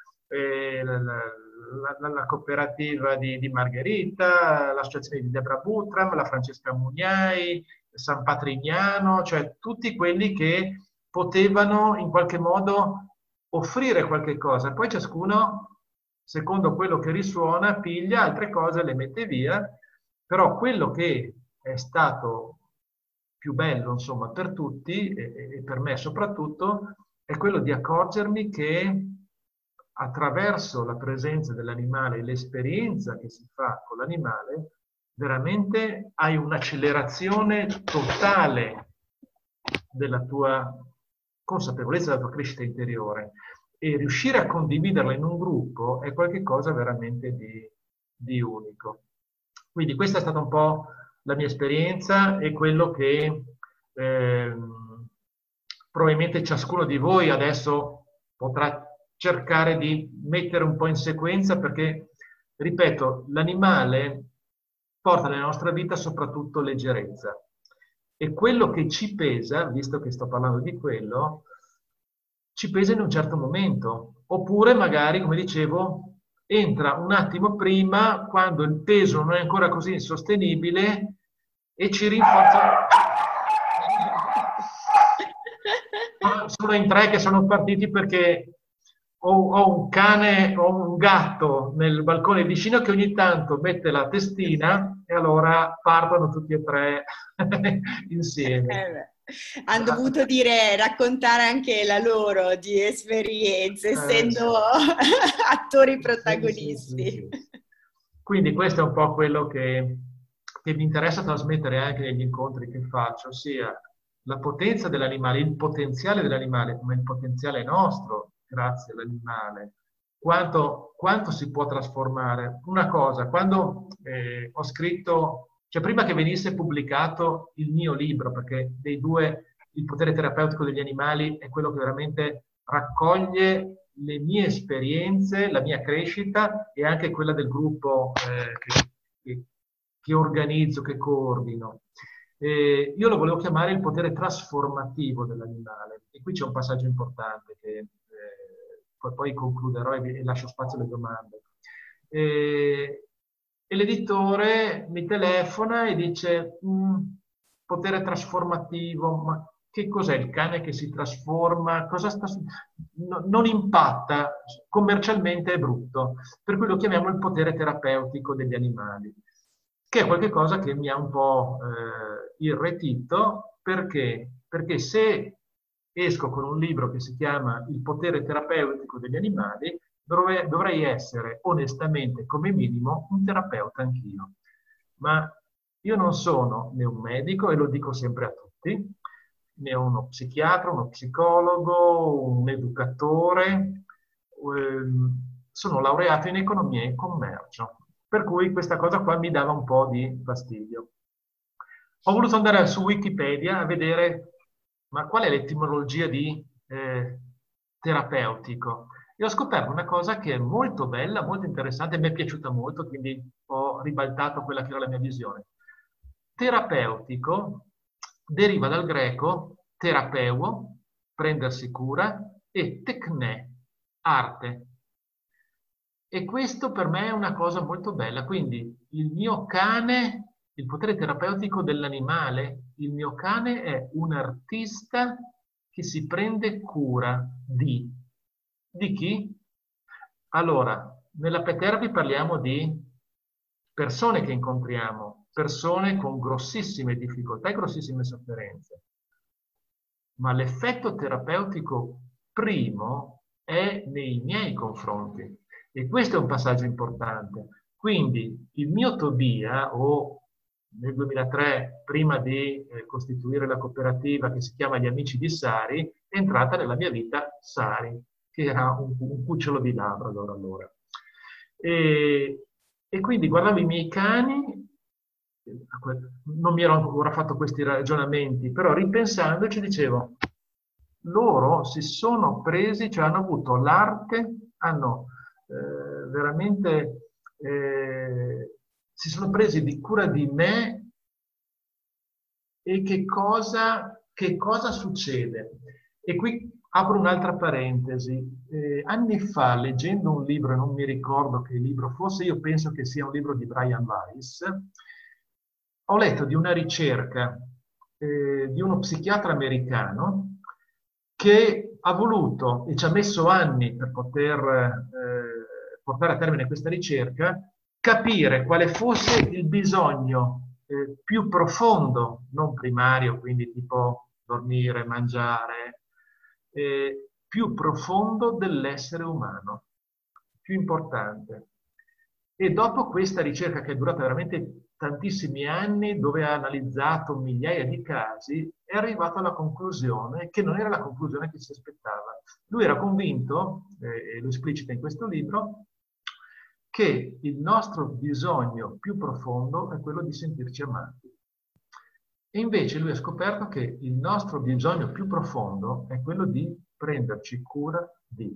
la cooperativa di Margherita, l'associazione di Debra Buttram, la Francesca Mugnai, San Patrignano, cioè tutti quelli che potevano in qualche modo offrire qualche cosa. Poi ciascuno, secondo quello che risuona, piglia altre cose, le mette via, però quello che è stato più bello, insomma, per tutti e per me soprattutto, è quello di accorgermi che attraverso la presenza dell'animale e l'esperienza che si fa con l'animale, veramente hai un'accelerazione totale della tua consapevolezza, della tua crescita interiore. E riuscire a condividerla in un gruppo è qualcosa veramente di unico. Quindi questa è stata un po' la mia esperienza e quello che probabilmente ciascuno di voi adesso potrà cercare di mettere un po' in sequenza perché, ripeto, l'animale porta nella nostra vita soprattutto leggerezza. E quello che ci pesa, visto che sto parlando di quello, ci pesa in un certo momento. Oppure magari, come dicevo, entra un attimo prima, quando il peso non è ancora così insostenibile e ci rinforza. Sono in 3 che sono partiti perché ho un cane, ho un gatto nel balcone vicino che ogni tanto mette la testina e allora partono tutti e 3 insieme. Hanno dovuto raccontare anche la loro di esperienze, essendo attori protagonisti. Sì. Quindi questo è un po' quello che mi interessa trasmettere anche negli incontri che faccio, ossia la potenza dell'animale, il potenziale dell'animale, come il potenziale nostro, grazie all'animale, quanto si può trasformare. Una cosa, quando ho scritto, cioè prima che venisse pubblicato il mio libro, perché dei due il potere terapeutico degli animali è quello che veramente raccoglie le mie esperienze, la mia crescita e anche quella del gruppo che organizzo, che coordino. Io lo volevo chiamare il potere trasformativo dell'animale. E qui c'è un passaggio importante che poi concluderò e lascio spazio alle domande. E l'editore mi telefona e dice potere trasformativo, ma che cos'è il cane che si trasforma? Non impatta, commercialmente è brutto, per cui lo chiamiamo il potere terapeutico degli animali, che è qualcosa che mi ha un po' irretito, perché se esco con un libro che si chiama Il potere terapeutico degli animali, dovrei essere onestamente, come minimo, un terapeuta anch'io. Ma io non sono né un medico, e lo dico sempre a tutti, né uno psichiatra, uno psicologo, un educatore, sono laureato in economia e commercio, per cui questa cosa qua mi dava un po' di fastidio. Ho voluto andare su Wikipedia a vedere ma qual è l'etimologia di terapeutico. E ho scoperto una cosa che è molto bella, molto interessante, mi è piaciuta molto, quindi ho ribaltato quella che era la mia visione. Terapeutico deriva dal greco terapeuo, prendersi cura, e tecne, arte. E questo per me è una cosa molto bella. Quindi il mio cane, il potere terapeutico dell'animale, il mio cane è un artista che si prende cura di chi? Allora, nella pet therapy parliamo di persone che incontriamo, persone con grossissime difficoltà e grossissime sofferenze. Ma l'effetto terapeutico primo è nei miei confronti. E questo è un passaggio importante. Quindi il mio Tobia, o nel 2003, prima di costituire la cooperativa che si chiama Gli Amici di Sari, è entrata nella mia vita Sari, che era un cucciolo di Labrador allora. E quindi guardavo i miei cani, non mi ero ancora fatto questi ragionamenti, però ripensandoci dicevo, loro si sono presi, cioè hanno avuto l'arte, hanno veramente si sono presi di cura di me. E che cosa succede? E qui apro un'altra parentesi. Anni fa, leggendo un libro, non mi ricordo che libro fosse, io penso che sia un libro di Brian Weiss, ho letto di una ricerca di uno psichiatra americano che ha voluto, e ci ha messo anni per poter portare a termine questa ricerca, capire quale fosse il bisogno più profondo, non primario, quindi tipo dormire, mangiare, più profondo dell'essere umano, più importante. E dopo questa ricerca, che è durata veramente tantissimi anni, dove ha analizzato migliaia di casi, è arrivato alla conclusione che non era la conclusione che si aspettava. Lui era convinto, e lo esplicita in questo libro, che il nostro bisogno più profondo è quello di sentirci amati. E invece lui ha scoperto che il nostro bisogno più profondo è quello di prenderci cura di.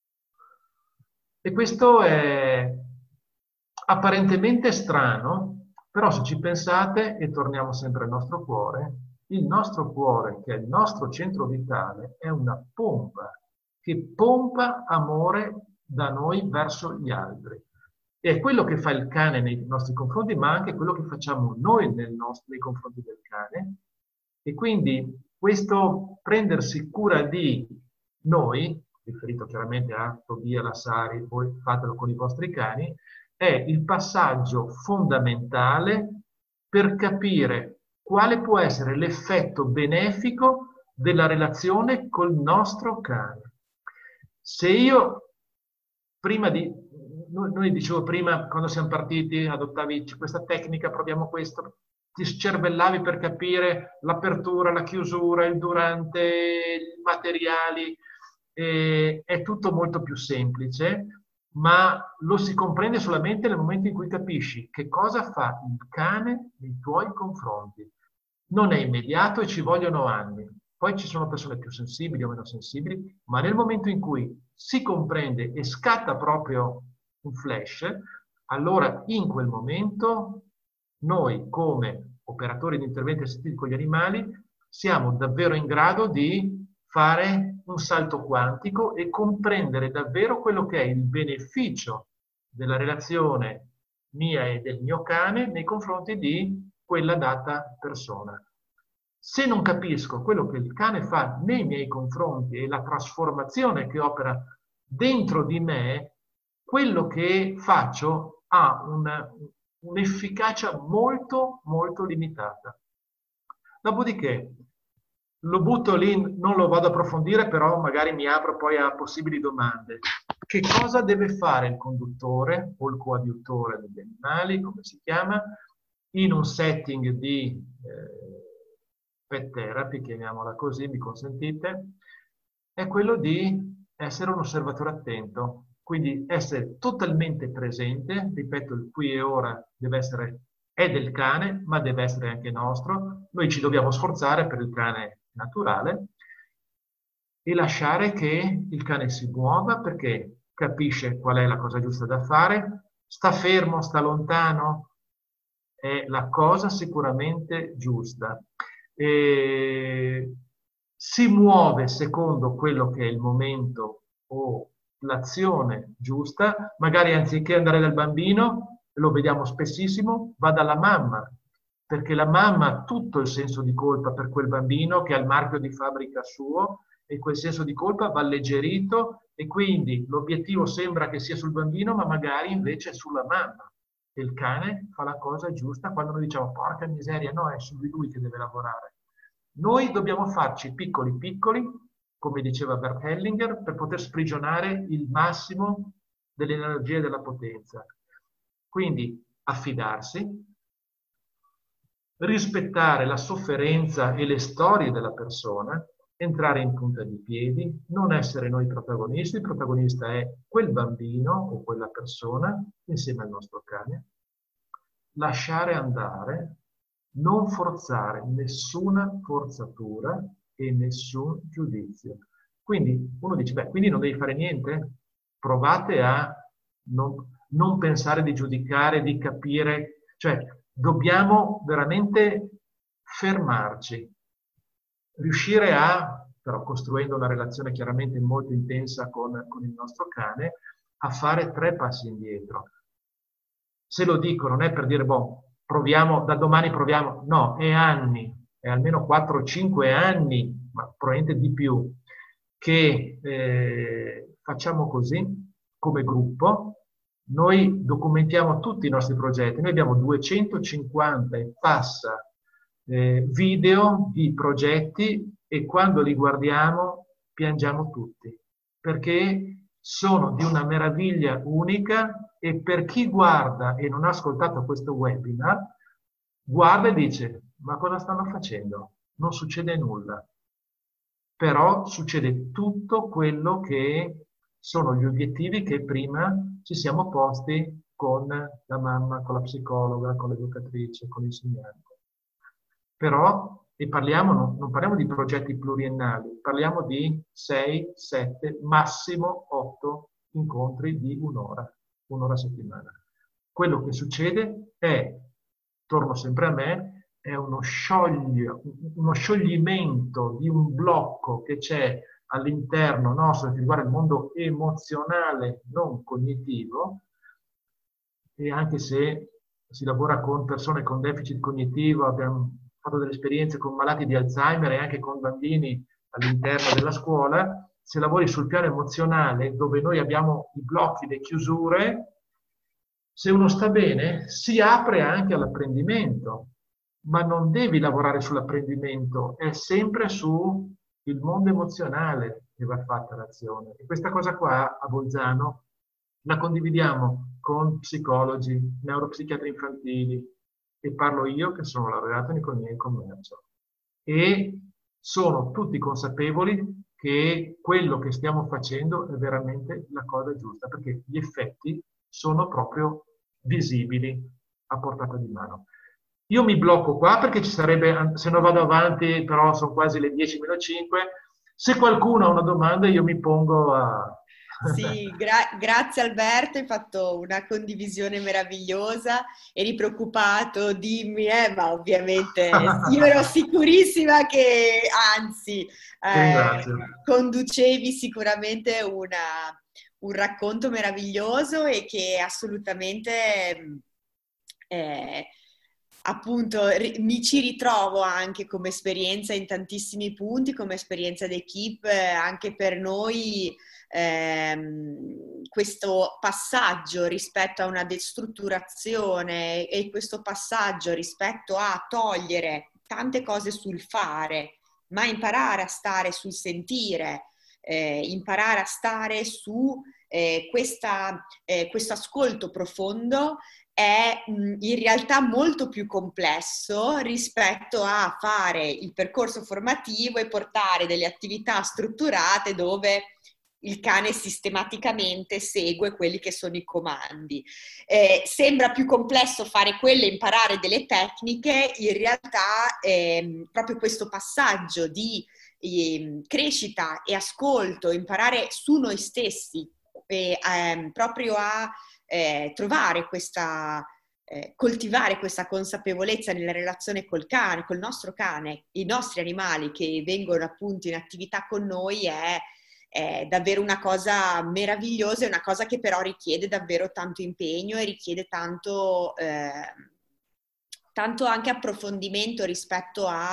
E questo è apparentemente strano, però se ci pensate, e torniamo sempre al nostro cuore, il nostro cuore, che è il nostro centro vitale, è una pompa che pompa amore da noi verso gli altri. E è quello che fa il cane nei nostri confronti, ma anche quello che facciamo noi nei confronti del cane. E quindi questo prendersi cura di noi, riferito chiaramente a Tobia, la Sari, poi fatelo con i vostri cani, è il passaggio fondamentale per capire quale può essere l'effetto benefico della relazione col nostro cane. Se io, prima di... Noi dicevo prima, quando siamo partiti, adottavi questa tecnica, proviamo questo, ti scervellavi per capire l'apertura, la chiusura, il durante, i materiali, è tutto molto più semplice, ma lo si comprende solamente nel momento in cui capisci che cosa fa il cane nei tuoi confronti. Non è immediato e ci vogliono anni. Poi ci sono persone più sensibili o meno sensibili, ma nel momento in cui si comprende e scatta proprio un flash, allora in quel momento noi come operatori di interventi assistiti con gli animali siamo davvero in grado di fare un salto quantico e comprendere davvero quello che è il beneficio della relazione mia e del mio cane nei confronti di quella data persona. Se non capisco quello che il cane fa nei miei confronti e la trasformazione che opera dentro di me, quello che faccio ha un'efficacia molto, molto limitata. Dopodiché, lo butto lì, non lo vado ad approfondire, però magari mi apro poi a possibili domande. Che cosa deve fare il conduttore o il coadiutore degli animali, come si chiama, in un setting di pet therapy, chiamiamola così, mi consentite, è quello di essere un osservatore attento, quindi essere totalmente presente, ripeto, il qui e ora deve essere, è del cane, ma deve essere anche nostro, noi ci dobbiamo sforzare per il cane naturale e lasciare che il cane si muova perché capisce qual è la cosa giusta da fare, sta fermo, sta lontano, è la cosa sicuramente giusta. E si muove secondo quello che è il momento o l'azione giusta, magari anziché andare dal bambino, lo vediamo spessissimo, va dalla mamma, perché la mamma ha tutto il senso di colpa per quel bambino che ha il marchio di fabbrica suo e quel senso di colpa va alleggerito e quindi l'obiettivo sembra che sia sul bambino, ma magari invece è sulla mamma. E il cane fa la cosa giusta quando noi diciamo porca miseria, no, è su di lui che deve lavorare. Noi dobbiamo farci piccoli piccoli, come diceva Bert Hellinger, per poter sprigionare il massimo dell'energia e della potenza. Quindi affidarsi, rispettare la sofferenza e le storie della persona, entrare in punta di piedi, non essere noi protagonisti, il protagonista è quel bambino o quella persona insieme al nostro cane, lasciare andare, non forzare nessuna forzatura e nessun giudizio. Quindi uno dice, beh, quindi non devi fare niente? Provate a non pensare di giudicare, di capire, cioè dobbiamo veramente fermarci, riuscire però costruendo una relazione chiaramente molto intensa con il nostro cane, a fare 3 passi indietro. Se lo dico non è per dire, boh, proviamo, da domani proviamo, no, è anni, è almeno 4-5 anni, ma probabilmente di più, che facciamo così come gruppo. Noi documentiamo tutti i nostri progetti, noi abbiamo 250 e passa video di progetti e quando li guardiamo piangiamo tutti, perché sono di una meraviglia unica e per chi guarda e non ha ascoltato questo webinar, guarda e dice, ma cosa stanno facendo? Non succede nulla. Però succede tutto quello che sono gli obiettivi che prima ci siamo posti con la mamma, con la psicologa, con l'educatrice, con l'insegnante. Però, e non parliamo di progetti pluriennali, parliamo di 6, 7, massimo 8 incontri di un'ora a settimana. Quello che succede è, torno sempre a me, è uno scioglimento di un blocco che c'è all'interno nostro che riguarda il mondo emozionale, non cognitivo, e anche se si lavora con persone con deficit cognitivo, abbiamo fatto delle esperienze con malati di Alzheimer e anche con bambini all'interno della scuola, se lavori sul piano emozionale, dove noi abbiamo i blocchi, le chiusure, se uno sta bene, si apre anche all'apprendimento, ma non devi lavorare sull'apprendimento, è sempre sul mondo emozionale che va fatta l'azione. E questa cosa qua a Bolzano la condividiamo con psicologi, neuropsichiatri infantili, e parlo io che sono laureato in economia e commercio. E sono tutti consapevoli che quello che stiamo facendo è veramente la cosa giusta, perché gli effetti sono proprio visibili a portata di mano. Io mi blocco qua perché ci sarebbe, se non vado avanti, però sono quasi le 10:05. Se qualcuno ha una domanda io mi pongo a... Sì, grazie Alberto, hai fatto una condivisione meravigliosa, eri preoccupato, dimmi, ma ovviamente io ero sicurissima che, anzi, conducevi sicuramente un racconto meraviglioso e che assolutamente, appunto, mi ci ritrovo anche come esperienza in tantissimi punti, come esperienza d'equipe, anche per noi. Questo passaggio rispetto a una destrutturazione e questo passaggio rispetto a togliere tante cose sul fare, ma imparare a stare sul sentire, imparare a stare su questo ascolto profondo è in realtà molto più complesso rispetto a fare il percorso formativo e portare delle attività strutturate dove il cane sistematicamente segue quelli che sono i comandi. Sembra più complesso fare quello e imparare delle tecniche, in realtà proprio questo passaggio di crescita e ascolto, imparare su noi stessi, proprio a trovare questa... coltivare questa consapevolezza nella relazione col cane, col nostro cane, i nostri animali che vengono appunto in attività con noi è davvero una cosa meravigliosa, è una cosa che però richiede davvero tanto impegno e richiede tanto anche approfondimento rispetto ai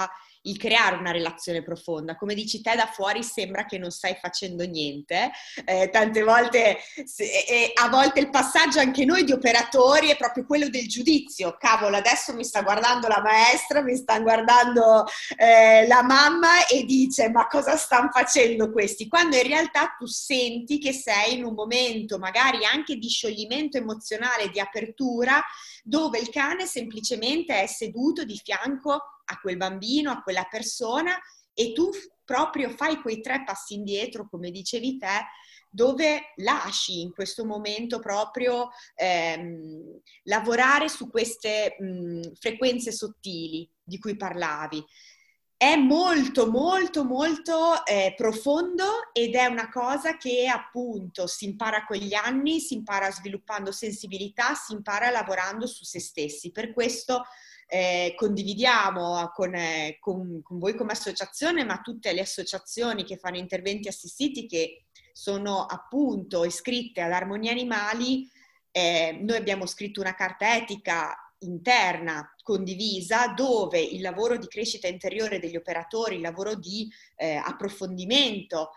il creare una relazione profonda. Come dici te, da fuori sembra che non stai facendo niente, tante volte, a volte il passaggio anche noi di operatori è proprio quello del giudizio. Cavolo, adesso mi sta guardando la maestra, mi sta guardando la mamma e dice: ma cosa stanno facendo questi? Quando in realtà tu senti che sei in un momento magari anche di scioglimento emozionale, di apertura, dove il cane semplicemente è seduto di fianco a quel bambino, a quella persona, e tu proprio fai quei 3 passi indietro, come dicevi te, dove lasci in questo momento proprio lavorare su queste frequenze sottili di cui parlavi. È molto, molto, molto profondo, ed è una cosa che appunto si impara con gli anni, si impara sviluppando sensibilità, si impara lavorando su se stessi. Per questo condividiamo con voi come associazione, ma tutte le associazioni che fanno interventi assistiti, che sono appunto iscritte ad Armonia Animali, noi abbiamo scritto una carta etica interna condivisa, dove il lavoro di crescita interiore degli operatori, il lavoro di approfondimento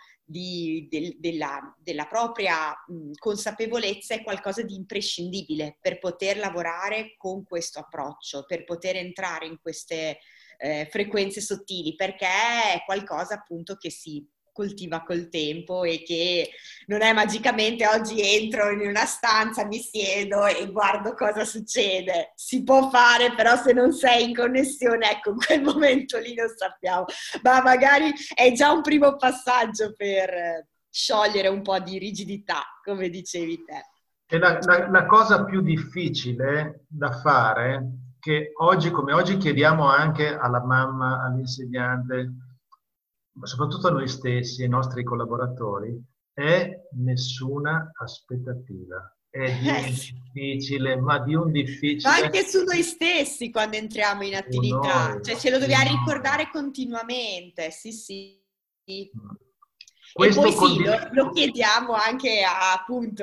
della propria consapevolezza è qualcosa di imprescindibile per poter lavorare con questo approccio, per poter entrare in queste frequenze sottili, perché è qualcosa appunto che si coltiva col tempo e che non è magicamente oggi entro in una stanza, mi siedo e guardo cosa succede. Si può fare, però se non sei in connessione, ecco, in quel momento lì non sappiamo. Ma magari è già un primo passaggio per sciogliere un po' di rigidità, come dicevi te. E la cosa più difficile da fare, che oggi come oggi chiediamo anche alla mamma, all'insegnante, ma soprattutto a noi stessi, ai nostri collaboratori, è nessuna aspettativa. È di un difficile, ma di un difficile... Ma anche su noi stessi quando entriamo in attività, cioè ce lo dobbiamo ricordare continuamente, sì sì. E poi sì, lo chiediamo anche appunto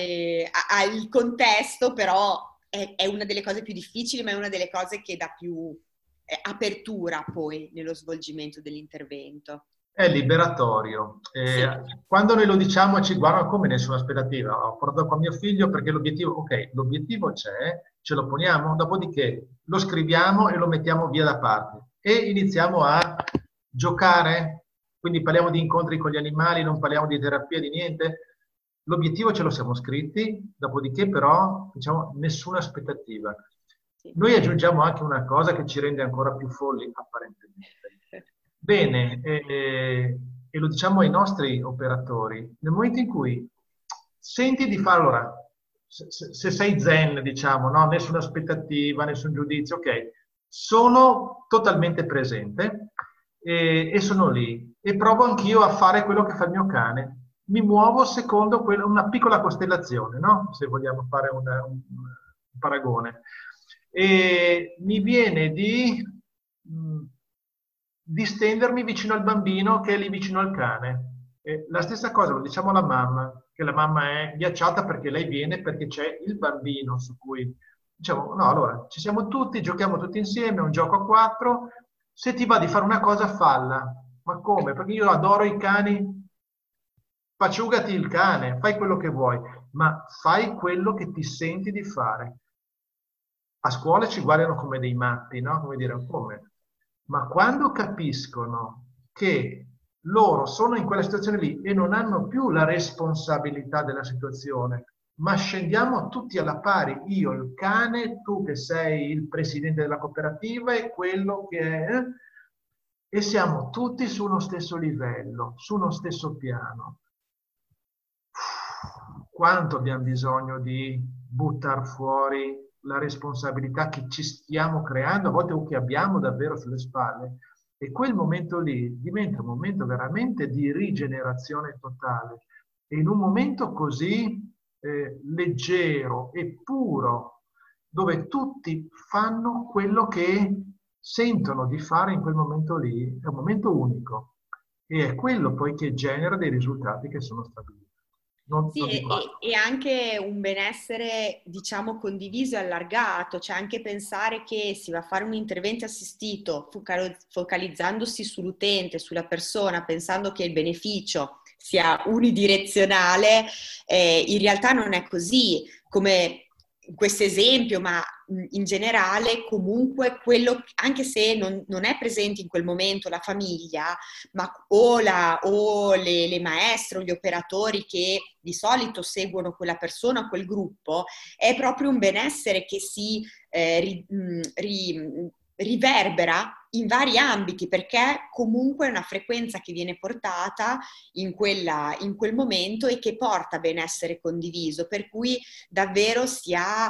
al contesto, però è una delle cose più difficili, ma è una delle cose che dà più apertura poi nello svolgimento dell'intervento. È liberatorio. Sì. Quando noi lo diciamo ci guardano come nessuna aspettativa. Ho portato qua mio figlio perché l'obiettivo, ok, l'obiettivo c'è, ce lo poniamo, dopodiché lo scriviamo e lo mettiamo via da parte e iniziamo a giocare. Quindi parliamo di incontri con gli animali, non parliamo di terapia, di niente. L'obiettivo ce lo siamo scritti, dopodiché però diciamo nessuna aspettativa. Noi aggiungiamo anche una cosa che ci rende ancora più folli apparentemente. Bene, e lo diciamo ai nostri operatori, nel momento in cui senti di fare, allora, se sei zen, diciamo, no? Nessuna aspettativa, nessun giudizio, ok, sono totalmente presente e sono lì e provo anch'io a fare quello che fa il mio cane. Mi muovo secondo una piccola costellazione, no? Se vogliamo fare un paragone. E mi viene di stendermi vicino al bambino che è lì vicino al cane. La stessa cosa lo diciamo alla mamma, che la mamma è ghiacciata perché lei viene perché c'è il bambino su cui diciamo no, allora ci siamo tutti, giochiamo tutti insieme, è un gioco a 4, se ti va di fare una cosa falla. Ma come? Perché io adoro i cani, facciugati il cane, fai quello che vuoi, ma fai quello che ti senti di fare. A scuola ci guardano come dei matti, no? Come dire, come? Ma quando capiscono che loro sono in quella situazione lì e non hanno più la responsabilità della situazione, ma scendiamo tutti alla pari, io, il cane, tu che sei il presidente della cooperativa e quello che è, e siamo tutti su uno stesso livello, su uno stesso piano. Quanto abbiamo bisogno di buttare fuori la responsabilità che ci stiamo creando, a volte o che abbiamo davvero sulle spalle, e quel momento lì diventa un momento veramente di rigenerazione totale. E in un momento così leggero e puro, dove tutti fanno quello che sentono di fare in quel momento lì, è un momento unico. E è quello poi che genera dei risultati che sono stabiliti. Sì, non di qua. e anche un benessere, diciamo, condiviso e allargato, cioè anche pensare che si va a fare un intervento assistito focalizzandosi sull'utente, sulla persona, pensando che il beneficio sia unidirezionale, in realtà non è così, come in questo esempio, ma in generale comunque quello, anche se non è presente in quel momento la famiglia, ma o le maestre o gli operatori che di solito seguono quella persona, quel gruppo, è proprio un benessere che si riverbera in vari ambiti, perché comunque è una frequenza che viene portata in quel momento e che porta benessere condiviso, per cui davvero si ha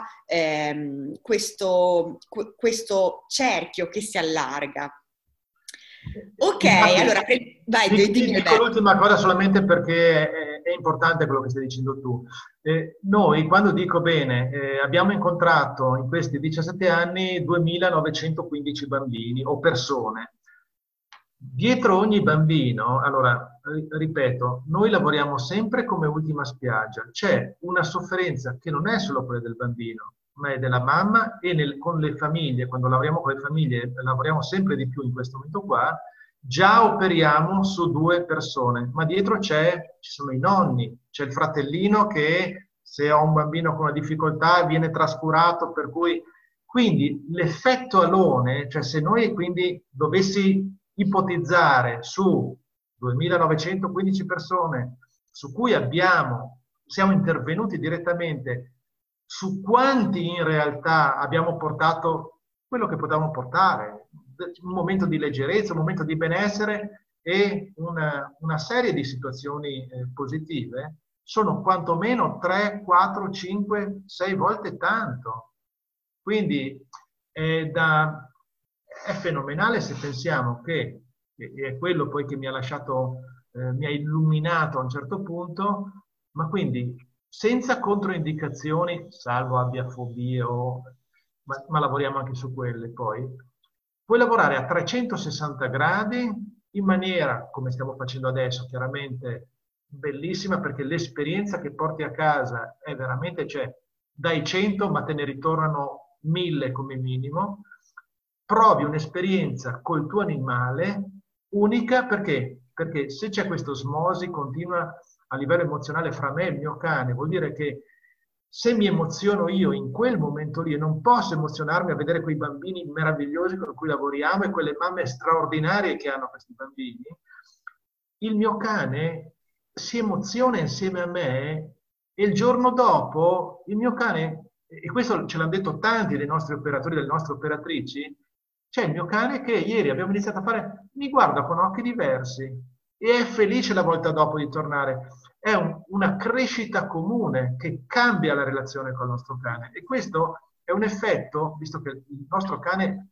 questo cerchio che si allarga. Ok, Infatti, allora, vai, ti dimmi dico Alberto. l'ultima cosa solamente perché è importante quello che stai dicendo tu. Noi, quando dico bene, abbiamo incontrato in questi 17 anni 2915 bambini o persone. Dietro ogni bambino, allora, ripeto, noi lavoriamo sempre come ultima spiaggia. C'è una sofferenza che non è solo quella del bambino, ma è della mamma e con le famiglie. Quando lavoriamo con le famiglie, lavoriamo sempre di più in questo momento qua, già operiamo su 2 persone, ma dietro ci sono i nonni, c'è il fratellino che se ho un bambino con una difficoltà viene trascurato, per cui quindi l'effetto alone, cioè se noi quindi dovessi ipotizzare su 2915 persone su cui siamo intervenuti direttamente, su quanti in realtà abbiamo portato quello che potevamo portare, un momento di leggerezza, un momento di benessere e una serie di situazioni positive, sono quantomeno 3, 4, 5, 6 volte tanto. Quindi è fenomenale se pensiamo che, e è quello poi che mi ha lasciato, mi ha illuminato a un certo punto, ma quindi senza controindicazioni, salvo abbia fobie ma lavoriamo anche su quelle poi, puoi lavorare a 360 gradi in maniera, come stiamo facendo adesso, chiaramente bellissima perché l'esperienza che porti a casa è veramente, cioè, dai 100 ma te ne ritornano 1000 come minimo, provi un'esperienza col tuo animale unica perché se c'è questa osmosi continua a livello emozionale fra me e il mio cane, vuol dire che se mi emoziono io in quel momento lì e non posso emozionarmi a vedere quei bambini meravigliosi con cui lavoriamo e quelle mamme straordinarie che hanno questi bambini, il mio cane si emoziona insieme a me e il giorno dopo il mio cane, e questo ce l'hanno detto tanti dei nostri operatori, delle nostre operatrici, c'è il mio cane che ieri abbiamo iniziato a fare, mi guarda con occhi diversi e è felice la volta dopo di tornare. È una crescita comune che cambia la relazione con il nostro cane e questo è un effetto, visto che il nostro cane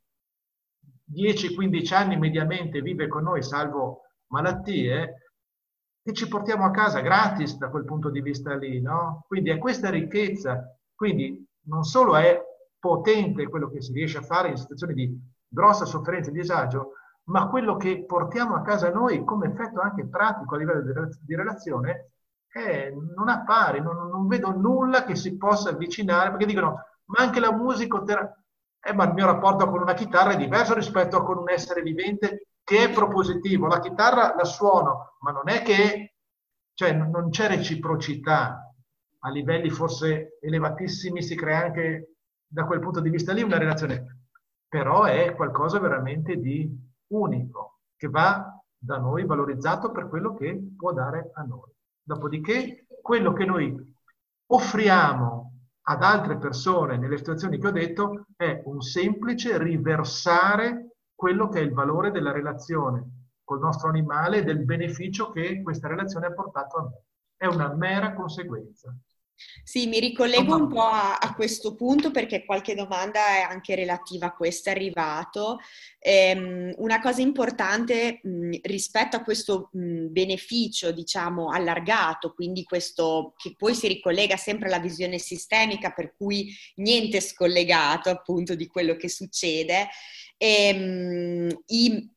10-15 anni mediamente vive con noi, salvo malattie, che ci portiamo a casa gratis da quel punto di vista lì, no? Quindi è questa ricchezza. Quindi non solo è potente quello che si riesce a fare in situazioni di grossa sofferenza e disagio, ma quello che portiamo a casa noi come effetto anche pratico a livello di relazione non ha pari, non vedo nulla che si possa avvicinare, perché dicono, ma anche la musicoterapia, ma il mio rapporto con una chitarra è diverso rispetto a con un essere vivente che è propositivo. La chitarra la suono, ma non è che, cioè, non c'è reciprocità. A livelli forse elevatissimi si crea anche da quel punto di vista lì una relazione, però è qualcosa veramente di unico, che va da noi valorizzato per quello che può dare a noi. Dopodiché, quello che noi offriamo ad altre persone nelle situazioni che ho detto è un semplice riversare quello che è il valore della relazione col nostro animale e del beneficio che questa relazione ha portato a me. È una mera conseguenza. Sì, mi ricollego un po' a questo punto perché qualche domanda è anche relativa a questo, è arrivato. Una cosa importante rispetto a questo beneficio, diciamo, allargato, quindi questo che poi si ricollega sempre alla visione sistemica, per cui niente è scollegato appunto di quello che succede.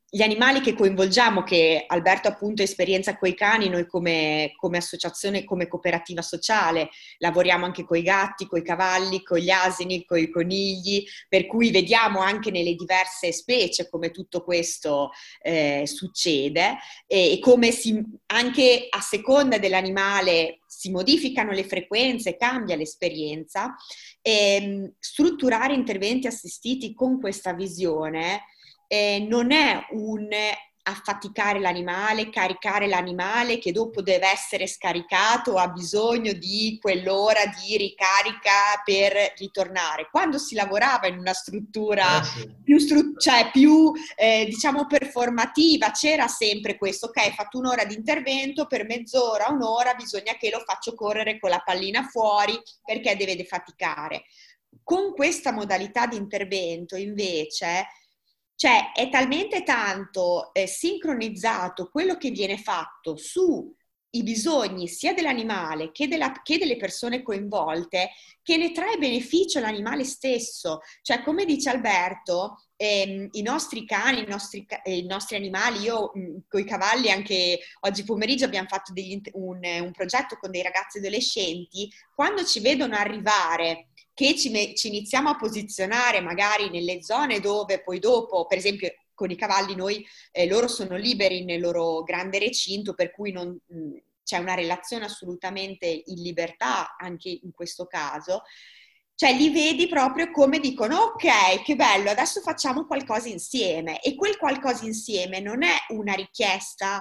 gli animali che coinvolgiamo, che Alberto appunto esperienza coi cani, noi come associazione, come cooperativa sociale, lavoriamo anche coi gatti, coi cavalli, con gli asini, coi conigli, per cui vediamo anche nelle diverse specie come tutto questo succede e come anche a seconda dell'animale si modificano le frequenze, cambia l'esperienza. Strutturare interventi assistiti con questa visione non è un affaticare l'animale, caricare l'animale che dopo deve essere scaricato o ha bisogno di quell'ora di ricarica per ritornare. Quando si lavorava in una struttura più diciamo performativa, c'era sempre questo, ok, hai fatto un'ora di intervento, per mezz'ora, un'ora bisogna che lo faccio correre con la pallina fuori perché deve defaticare. Con questa modalità di intervento invece, cioè è talmente tanto sincronizzato quello che viene fatto sui bisogni sia dell'animale che delle persone coinvolte, che ne trae beneficio l'animale stesso. Cioè, come dice Alberto, i nostri cani, i nostri animali, io con i cavalli anche oggi pomeriggio abbiamo fatto un progetto con dei ragazzi adolescenti, quando ci vedono arrivare che ci iniziamo a posizionare magari nelle zone dove poi dopo, per esempio con i cavalli loro sono liberi nel loro grande recinto, per cui non c'è una relazione assolutamente in libertà anche in questo caso. Cioè li vedi proprio come dicono ok, che bello, adesso facciamo qualcosa insieme, e quel qualcosa insieme non è una richiesta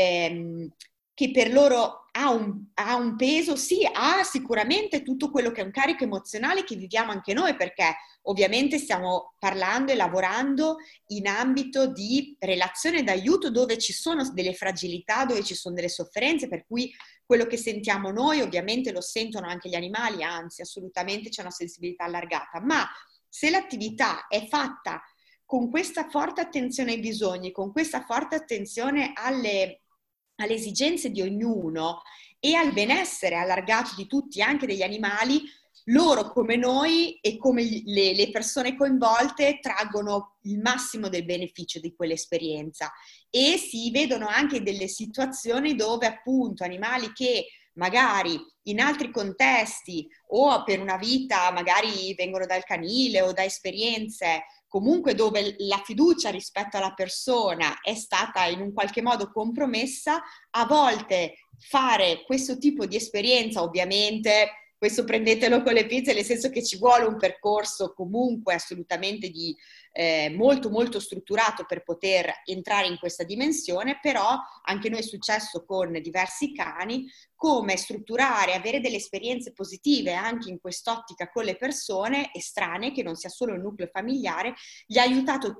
che per loro ha un peso, sì, ha sicuramente tutto quello che è un carico emozionale che viviamo anche noi, perché ovviamente stiamo parlando e lavorando in ambito di relazione d'aiuto dove ci sono delle fragilità, dove ci sono delle sofferenze, per cui quello che sentiamo noi ovviamente lo sentono anche gli animali, anzi assolutamente c'è una sensibilità allargata, ma se l'attività è fatta con questa forte attenzione ai bisogni, con questa forte attenzione alle esigenze di ognuno e al benessere allargato di tutti, anche degli animali, loro come noi e come le persone coinvolte traggono il massimo del beneficio di quell'esperienza, e si vedono anche delle situazioni dove appunto animali che magari in altri contesti o per una vita magari vengono dal canile o da esperienze comunque dove la fiducia rispetto alla persona è stata in un qualche modo compromessa, a volte fare questo tipo di esperienza, ovviamente questo prendetelo con le pinze, nel senso che ci vuole un percorso comunque assolutamente molto molto strutturato per poter entrare in questa dimensione, però anche noi è successo con diversi cani, come strutturare, avere delle esperienze positive anche in quest'ottica con le persone estranee, che non sia solo il nucleo familiare, gli ha aiutato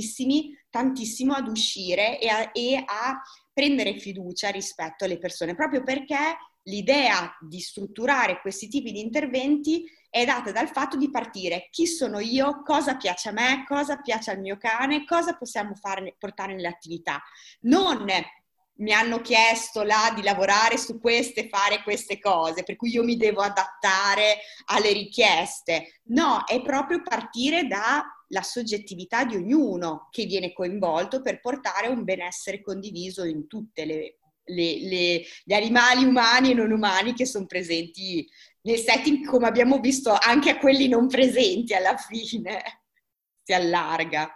tantissimo ad uscire e a prendere fiducia rispetto alle persone, proprio perché l'idea di strutturare questi tipi di interventi è data dal fatto di partire: chi sono io, cosa piace a me, cosa piace al mio cane, cosa possiamo portare nelle attività. Non mi hanno chiesto là di lavorare su queste, fare queste cose, per cui io mi devo adattare alle richieste. No, è proprio partire dalla soggettività di ognuno che viene coinvolto per portare un benessere condiviso in tutte gli animali umani e non umani che sono presenti nel setting, come abbiamo visto anche a quelli non presenti alla fine si allarga.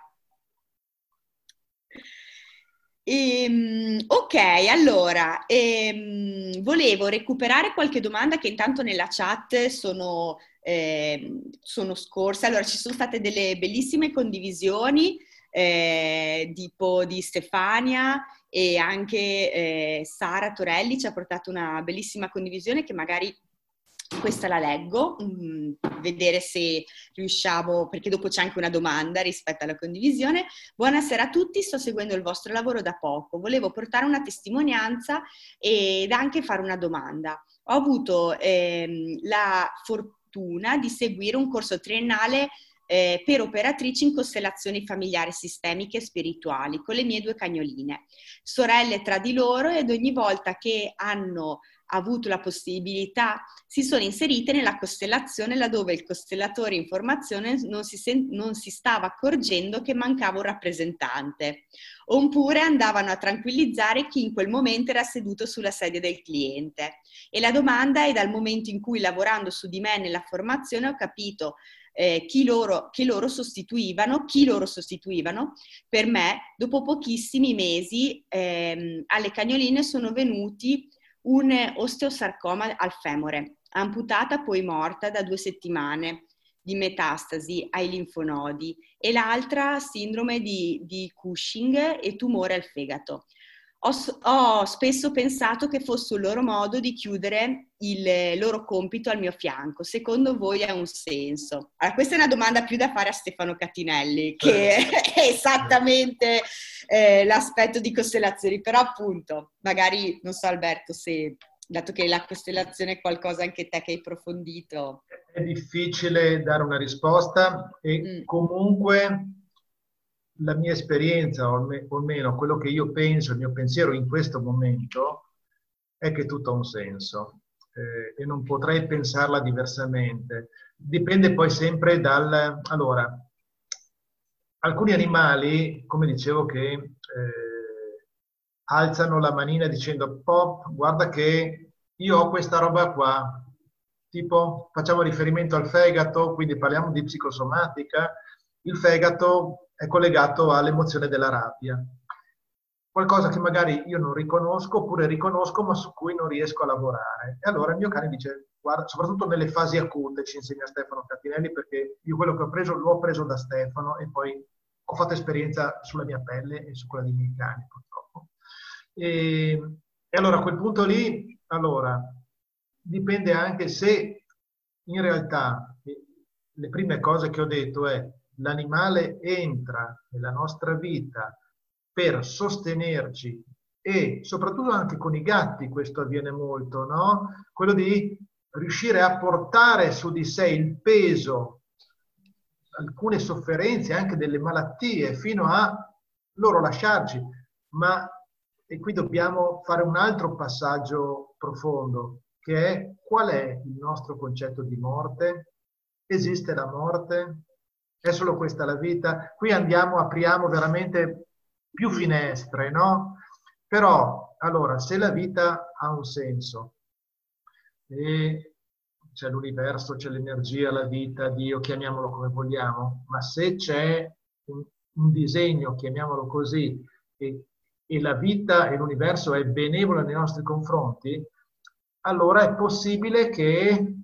Ok, allora volevo recuperare qualche domanda che intanto nella chat sono scorse. Allora, ci sono state delle bellissime condivisioni tipo di Stefania, e anche Sara Torelli ci ha portato una bellissima condivisione che magari questa la leggo, vedere se riusciamo, perché dopo c'è anche una domanda rispetto alla condivisione. Buonasera a tutti, sto seguendo il vostro lavoro da poco, volevo portare una testimonianza ed anche fare una domanda. Ho avuto la fortuna di seguire un corso triennale per operatrici in costellazioni familiari sistemiche e spirituali con le mie 2 cagnoline, sorelle tra di loro, ed ogni volta che hanno avuto la possibilità, si sono inserite nella costellazione laddove il costellatore in formazione non si stava accorgendo che mancava un rappresentante, oppure andavano a tranquillizzare chi in quel momento era seduto sulla sedia del cliente. E la domanda è: dal momento in cui, lavorando su di me nella formazione, ho capito chi loro sostituivano, per me, dopo pochissimi mesi alle cagnoline sono venuti un osteosarcoma al femore, amputata poi morta da 2 settimane di metastasi ai linfonodi, e l'altra sindrome di Cushing e tumore al fegato. Ho spesso pensato che fosse un loro modo di chiudere il loro compito al mio fianco. Secondo voi ha un senso? Allora, questa è una domanda più da fare a Stefano Catinelli, che è esattamente l'aspetto di costellazioni, però appunto, magari, non so Alberto, se, dato che la costellazione è qualcosa anche te che hai approfondito. È difficile dare una risposta e comunque la mia esperienza, o almeno quello che io penso, il mio pensiero in questo momento, è che tutto ha un senso e non potrei pensarla diversamente. Dipende poi sempre dal... Allora, alcuni animali, come dicevo, che alzano la manina dicendo: Pop, guarda che io ho questa roba qua. Tipo, facciamo riferimento al fegato, quindi parliamo di psicosomatica. Il fegato è collegato all'emozione della rabbia. Qualcosa che magari io non riconosco, oppure riconosco, ma su cui non riesco a lavorare. E allora il mio cane dice, guarda, soprattutto nelle fasi acute, ci insegna Stefano Catinelli, perché io quello che ho preso l'ho preso da Stefano e poi ho fatto esperienza sulla mia pelle e su quella dei miei cani, purtroppo. E allora a quel punto lì, allora, dipende anche se in realtà le prime cose che ho detto è: l'animale entra nella nostra vita per sostenerci, e soprattutto anche con i gatti questo avviene molto, no? Quello di riuscire a portare su di sé il peso, alcune sofferenze, anche delle malattie, fino a loro lasciarci. E qui dobbiamo fare un altro passaggio profondo, che è: qual è il nostro concetto di morte? Esiste la morte? È solo questa la vita? Qui apriamo veramente più finestre, no? Però, allora, se la vita ha un senso, e c'è l'universo, c'è l'energia, la vita, Dio, chiamiamolo come vogliamo, ma se c'è un disegno, chiamiamolo così, e la vita e l'universo è benevolo nei nostri confronti, allora è possibile che,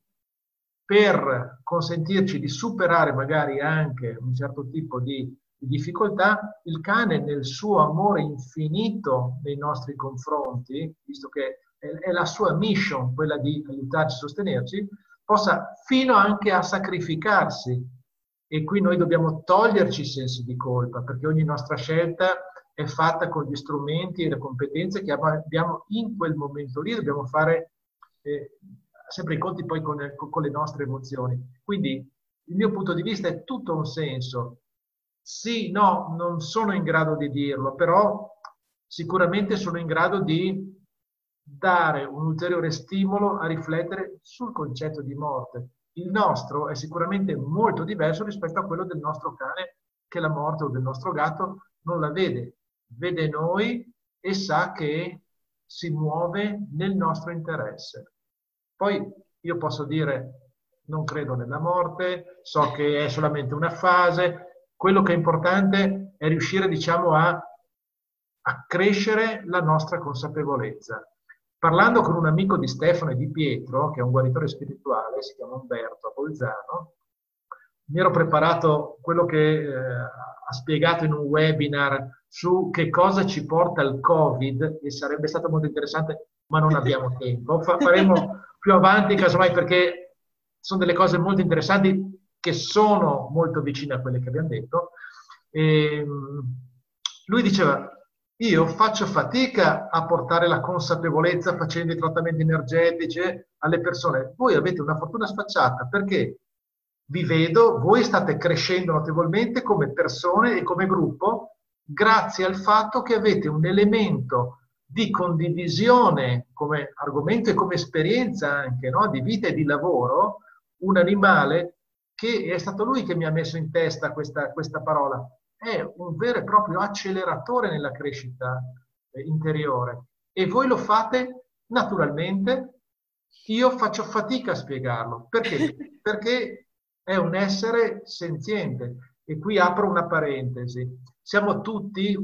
per consentirci di superare magari anche un certo tipo di difficoltà, il cane, nel suo amore infinito nei nostri confronti, visto che è la sua mission quella di aiutarci, sostenerci, possa fino anche a sacrificarsi. E qui noi dobbiamo toglierci i sensi di colpa, perché ogni nostra scelta è fatta con gli strumenti e le competenze che abbiamo in quel momento lì. Dobbiamo fare sempre i conti poi con le nostre emozioni. Quindi il mio punto di vista è tutto un senso. Sì, no, non sono in grado di dirlo, però sicuramente sono in grado di dare un ulteriore stimolo a riflettere sul concetto di morte. Il nostro è sicuramente molto diverso rispetto a quello del nostro cane, che la morte, o del nostro gatto, non la vede. Vede noi e sa che si muove nel nostro interesse. Poi io posso dire: non credo nella morte, so che è solamente una fase. Quello che è importante è riuscire, diciamo, a crescere la nostra consapevolezza. Parlando con un amico di Stefano e di Pietro, che è un guaritore spirituale, si chiama Umberto, a Bolzano, mi ero preparato quello che ha spiegato in un webinar su che cosa ci porta il Covid, e sarebbe stato molto interessante, ma non abbiamo tempo. Faremo più avanti, casomai, perché sono delle cose molto interessanti che sono molto vicine a quelle che abbiamo detto. E lui diceva: io faccio fatica a portare la consapevolezza facendo i trattamenti energetici alle persone. Voi avete una fortuna sfacciata, perché vi vedo, voi state crescendo notevolmente come persone e come gruppo, grazie al fatto che avete un elemento di condivisione come argomento e come esperienza anche, no? Di vita e di lavoro, un animale che è stato lui che mi ha messo in testa questa parola. È un vero e proprio acceleratore nella crescita interiore. E voi lo fate naturalmente. Io faccio fatica a spiegarlo. Perché? Perché è un essere senziente. E qui apro una parentesi. Siamo tutti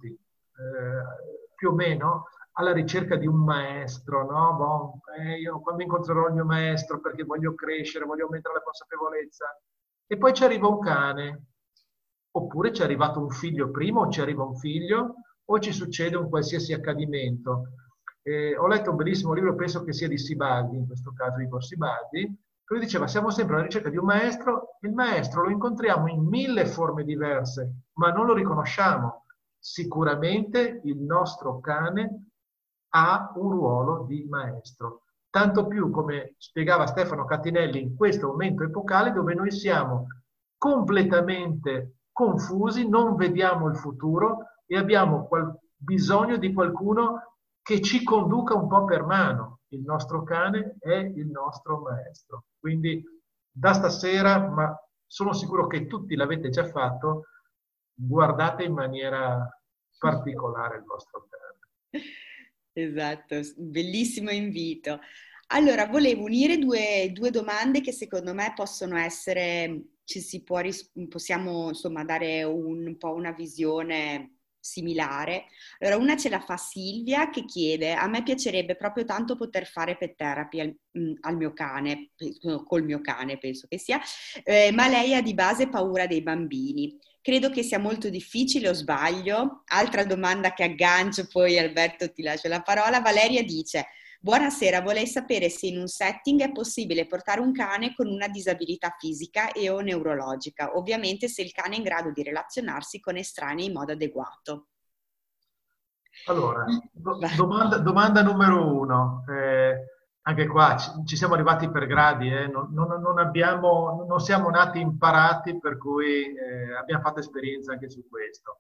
più o meno alla ricerca di un maestro, no? Bon, io quando incontrerò il mio maestro perché voglio crescere, voglio aumentare la consapevolezza. E poi ci arriva un cane, oppure ci è arrivato un figlio prima, o ci arriva un figlio, o ci succede un qualsiasi accadimento. Ho letto un bellissimo libro, penso che sia di Sibaldi, in questo caso Igor Sibaldi, lui diceva siamo sempre alla ricerca di un maestro, il maestro lo incontriamo in 1000 forme diverse, ma non lo riconosciamo. Sicuramente il nostro cane ha un ruolo di maestro. Tanto più, come spiegava Stefano Cattinelli, in questo momento epocale dove noi siamo completamente confusi, non vediamo il futuro e abbiamo bisogno di qualcuno che ci conduca un po' per mano. Il nostro cane è il nostro maestro. Quindi da stasera, ma sono sicuro che tutti l'avete già fatto, guardate in maniera particolare il vostro cane. Esatto, bellissimo invito. Allora, volevo unire due domande che secondo me possono essere, possiamo insomma dare un po' una visione similare. Allora, una ce la fa Silvia che chiede, a me piacerebbe proprio tanto poter fare pet therapy al mio cane, col mio cane penso che sia, ma lei ha di base paura dei bambini. Credo che sia molto difficile o sbaglio? Altra domanda che aggancio, poi Alberto ti lascio la parola. Valeria dice, buonasera, vorrei sapere se in un setting è possibile portare un cane con una disabilità fisica e o neurologica, ovviamente se il cane è in grado di relazionarsi con estranei in modo adeguato. Allora, domanda numero 1. Anche qua ci siamo arrivati per gradi, non siamo nati imparati, per cui abbiamo fatto esperienza anche su questo.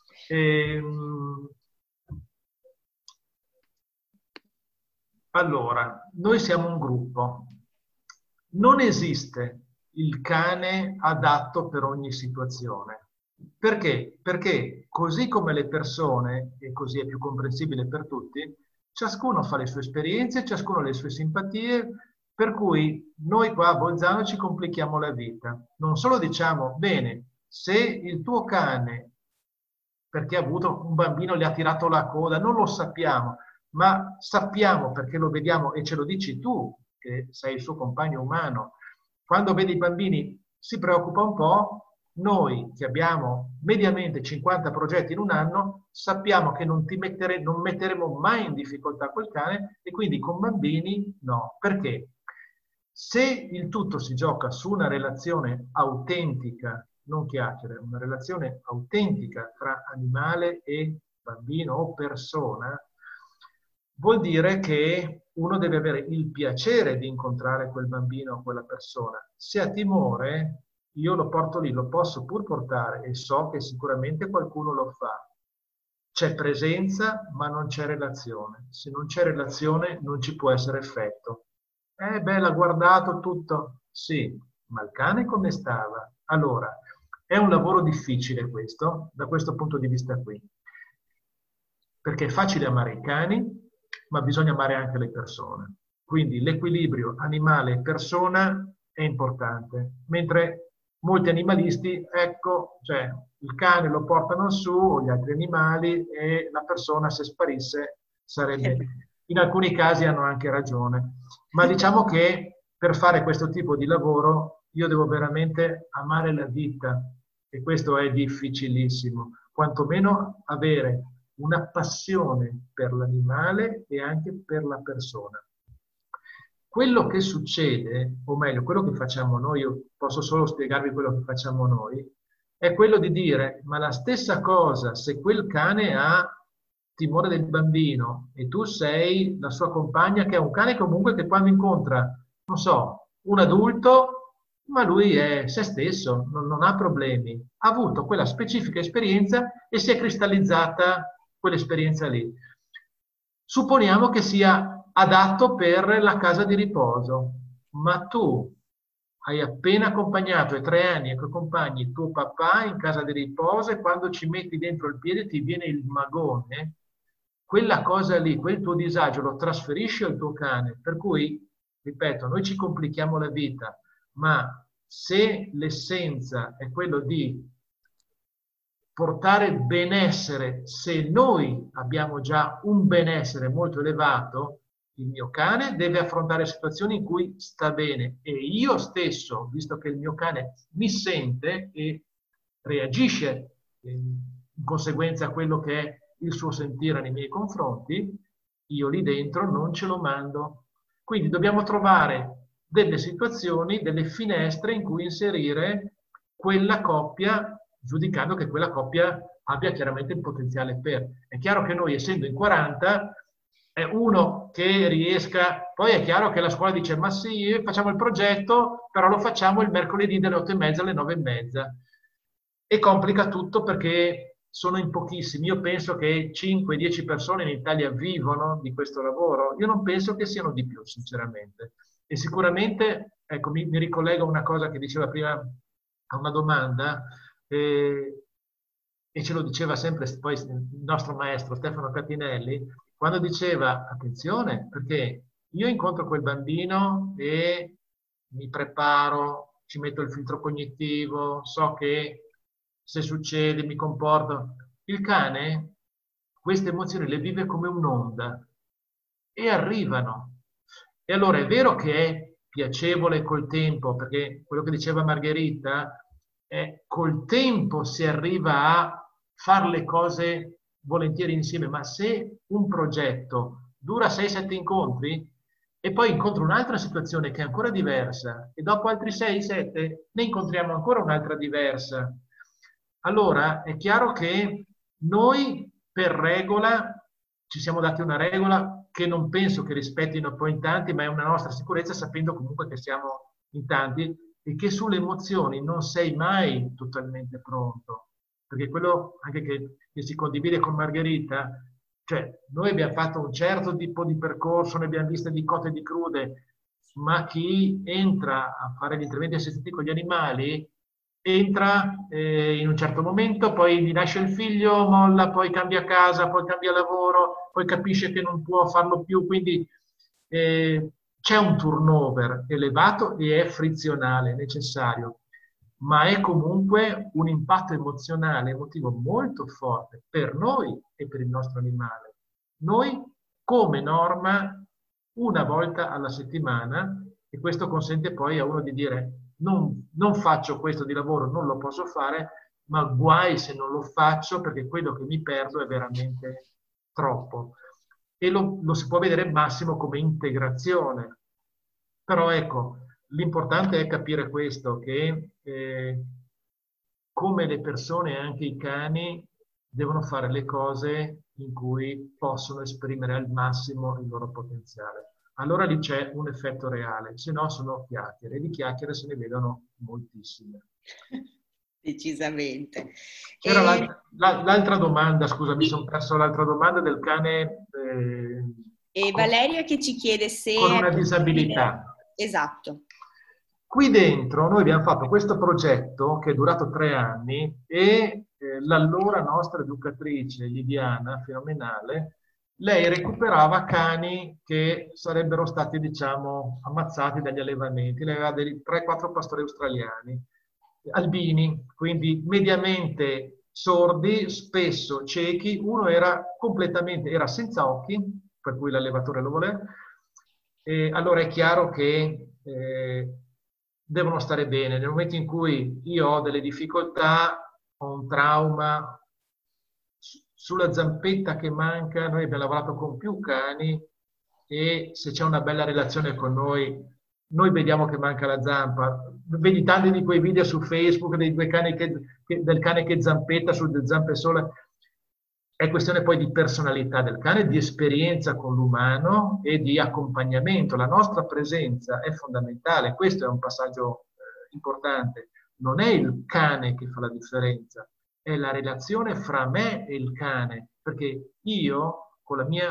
Allora, noi siamo un gruppo. Non esiste il cane adatto per ogni situazione. Perché? Perché così come le persone, e così è più comprensibile per tutti, ciascuno fa le sue esperienze, ciascuno ha le sue simpatie, per cui noi qua a Bolzano ci complichiamo la vita. Non solo diciamo, bene, se il tuo cane, perché ha avuto un bambino, gli ha tirato la coda, non lo sappiamo, ma sappiamo perché lo vediamo e ce lo dici tu, che sei il suo compagno umano. Quando vedi i bambini si preoccupa un po', noi che abbiamo mediamente 50 progetti in un anno, sappiamo che non metteremo mai in difficoltà quel cane e quindi con bambini no. Perché? Se il tutto si gioca su una relazione autentica, non chiacchiere, una relazione autentica tra animale e bambino o persona, vuol dire che uno deve avere il piacere di incontrare quel bambino o quella persona. Se ha timore, io lo porto lì, lo posso pur portare e so che sicuramente qualcuno lo fa. C'è presenza, ma non c'è relazione. Se non c'è relazione, non ci può essere effetto. L'ha guardato tutto. Sì, ma il cane come stava? Allora, è un lavoro difficile questo, da questo punto di vista qui. Perché è facile amare i cani, ma bisogna amare anche le persone. Quindi l'equilibrio animale e persona è importante. Mentre molti animalisti, ecco, cioè il cane lo portano su, gli altri animali, e la persona se sparisse sarebbe... In alcuni casi hanno anche ragione. Ma diciamo che per fare questo tipo di lavoro io devo veramente amare la vita, e questo è difficilissimo. Quantomeno avere una passione per l'animale e anche per la persona. Quello che succede, o meglio, quello che facciamo noi, io posso solo spiegarvi quello che facciamo noi, è quello di dire, ma la stessa cosa, se quel cane ha timore del bambino e tu sei la sua compagna, che è un cane comunque che quando incontra, non so, un adulto, ma lui è se stesso, non ha problemi, ha avuto quella specifica esperienza e si è cristallizzata quell'esperienza lì. Supponiamo che sia adatto per la casa di riposo, ma tu hai appena accompagnato ai 3 anni che accompagni tuo papà in casa di riposo e quando ci metti dentro il piede ti viene il magone, quella cosa lì, quel tuo disagio lo trasferisci al tuo cane. Per cui, ripeto, noi ci complichiamo la vita, ma se l'essenza è quello di portare benessere, se noi abbiamo già un benessere molto elevato, il mio cane deve affrontare situazioni in cui sta bene e io stesso, visto che il mio cane mi sente e reagisce in conseguenza a quello che è il suo sentire nei miei confronti, io lì dentro non ce lo mando. Quindi dobbiamo trovare delle situazioni, delle finestre in cui inserire quella coppia, giudicando che quella coppia abbia chiaramente il potenziale per. È chiaro che noi, essendo in 40, è uno che riesca, poi è chiaro che la scuola dice ma sì, facciamo il progetto, però lo facciamo il mercoledì dalle 8:30 alle 9:30 e complica tutto perché sono in pochissimi. Io penso che 5-10 persone in Italia vivono di questo lavoro, io non penso che siano di più sinceramente e sicuramente, ecco, mi ricollego a una cosa che diceva prima a una domanda e ce lo diceva sempre poi il nostro maestro Stefano Catinelli, quando diceva attenzione perché io incontro quel bambino e mi preparo, ci metto il filtro cognitivo, so che se succede mi comporto. Il cane queste emozioni le vive come un'onda e arrivano. E allora è vero che è piacevole col tempo, perché quello che diceva Margherita è col tempo si arriva a fare le cose volentieri insieme, ma se un progetto dura 6-7 incontri e poi incontro un'altra situazione che è ancora diversa e dopo altri 6-7 ne incontriamo ancora un'altra diversa, allora è chiaro che noi per regola ci siamo dati una regola che non penso che rispettino poi in tanti, ma è una nostra sicurezza sapendo comunque che siamo in tanti e che sulle emozioni non sei mai totalmente pronto. Perché quello anche che si condivide con Margherita, cioè noi abbiamo fatto un certo tipo di percorso, ne abbiamo viste di cotte e di crude, ma chi entra a fare gli interventi assistiti con gli animali entra in un certo momento, poi gli nasce il figlio, molla, poi cambia casa, poi cambia lavoro, poi capisce che non può farlo più, quindi c'è un turnover elevato e è frizionale, necessario, ma è comunque un impatto emozionale, emotivo molto forte per noi e per il nostro animale. Noi, come norma, una volta alla settimana, e questo consente poi a uno di dire non faccio questo di lavoro, non lo posso fare, ma guai se non lo faccio perché quello che mi perdo è veramente troppo. E lo si può vedere massimo come integrazione. Però ecco, l'importante è capire questo, che come le persone e anche i cani devono fare le cose in cui possono esprimere al massimo il loro potenziale. Allora lì c'è un effetto reale, se no sono chiacchiere, e di chiacchiere se ne vedono moltissime. Decisamente. C'era l'altra domanda, scusa, mi sono perso l'altra domanda del cane e Valeria che ci chiede se con una è possibile... disabilità. Esatto. Qui dentro noi abbiamo fatto questo progetto che è durato 3 anni e l'allora nostra educatrice Lidiana, fenomenale, lei recuperava cani che sarebbero stati, diciamo, ammazzati dagli allevamenti. Lei aveva dei 3-4 pastori australiani, albini, quindi mediamente sordi, spesso ciechi. Uno era senza occhi, per cui l'allevatore lo voleva. E allora è chiaro che devono stare bene. Nel momento in cui io ho delle difficoltà, ho un trauma, sulla zampetta che manca, noi abbiamo lavorato con più cani e se c'è una bella relazione con noi vediamo che manca la zampa. Vedi tanti di quei video su Facebook dei due cani del cane che zampetta sulle zampe sole. È questione poi di personalità del cane, di esperienza con l'umano e di accompagnamento. La nostra presenza è fondamentale, questo è un passaggio importante. Non è il cane che fa la differenza, è la relazione fra me e il cane, perché io con la mia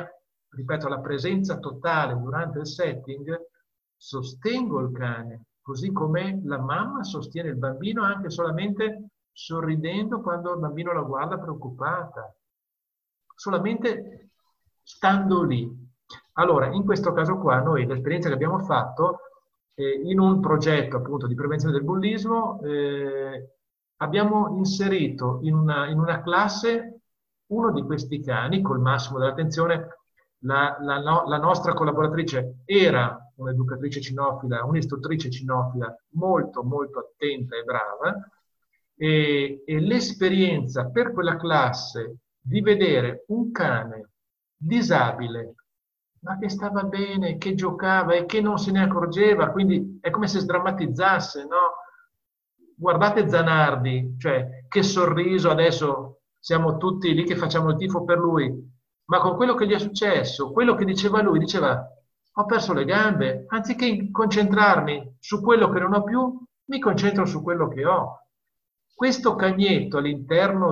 ripeto, la presenza totale durante il setting, sostengo il cane, così come la mamma sostiene il bambino anche solamente sorridendo quando il bambino la guarda preoccupata, solamente stando lì. Allora, in questo caso qua, noi l'esperienza che abbiamo fatto in un progetto appunto di prevenzione del bullismo, abbiamo inserito in una classe uno di questi cani col massimo dell'attenzione. La nostra collaboratrice era un'educatrice cinofila, un'istruttrice cinofila molto molto attenta e brava, e l'esperienza per quella classe di vedere un cane disabile ma che stava bene, che giocava e che non se ne accorgeva, quindi è come se sdrammatizzasse, no? Guardate Zanardi, cioè che sorriso, adesso siamo tutti lì che facciamo il tifo per lui, ma con quello che gli è successo, quello che diceva lui, diceva ho perso le gambe, anziché concentrarmi su quello che non ho più, mi concentro su quello che ho. Questo cagnetto all'interno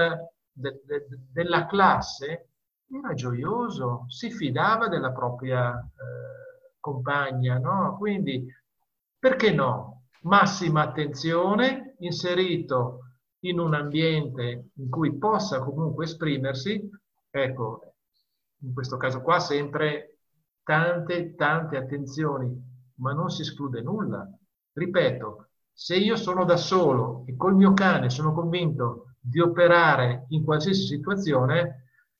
della classe era gioioso, si fidava della propria compagna, no? Quindi, perché no? Massima attenzione, inserito in un ambiente in cui possa comunque esprimersi, ecco, in questo caso qua sempre tante attenzioni, ma non si esclude nulla. Ripeto, se io sono da solo e col mio cane sono convinto di operare in qualsiasi situazione,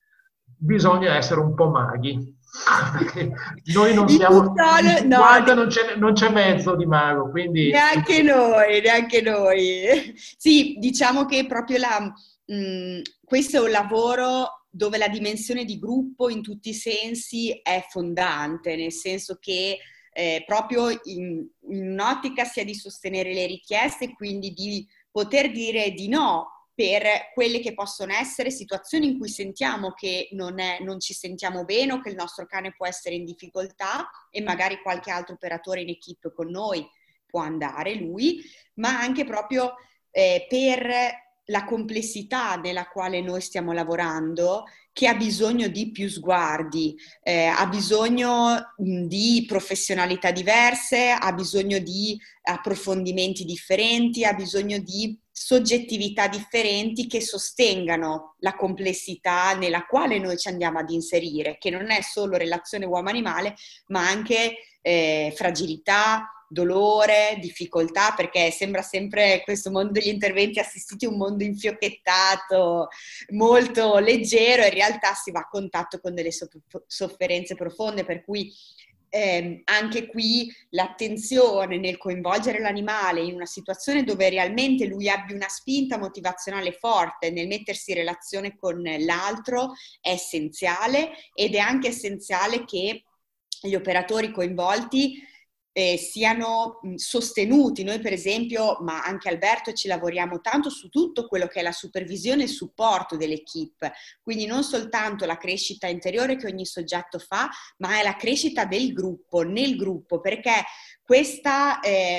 bisogna essere un po' maghi. Perché noi non siamo in No, 50, non c'è mezzo di mago, quindi neanche noi, neanche noi. Sì, diciamo che proprio questo è un lavoro dove la dimensione di gruppo in tutti i sensi è fondante, nel senso che proprio in un'ottica sia di sostenere le richieste, quindi di poter dire di no per quelle che possono essere situazioni in cui sentiamo che non ci sentiamo bene o che il nostro cane può essere in difficoltà e magari qualche altro operatore in equipe con noi può andare, lui, ma anche proprio per la complessità nella quale noi stiamo lavorando, che ha bisogno di più sguardi, ha bisogno di professionalità diverse, ha bisogno di approfondimenti differenti, ha bisogno di soggettività differenti che sostengano la complessità nella quale noi ci andiamo ad inserire, che non è solo relazione uomo-animale, ma anche fragilità, dolore, difficoltà, perché sembra sempre questo mondo degli interventi assistiti un mondo infiocchettato, molto leggero, in realtà si va a contatto con delle sofferenze profonde, per cui anche qui l'attenzione nel coinvolgere l'animale in una situazione dove realmente lui abbia una spinta motivazionale forte nel mettersi in relazione con l'altro è essenziale, ed è anche essenziale che gli operatori coinvolti siano sostenuti. Noi per esempio, ma anche Alberto, ci lavoriamo tanto su tutto quello che è la supervisione e il supporto dell'equipe, quindi non soltanto la crescita interiore che ogni soggetto fa, ma è la crescita del gruppo, nel gruppo, perché questa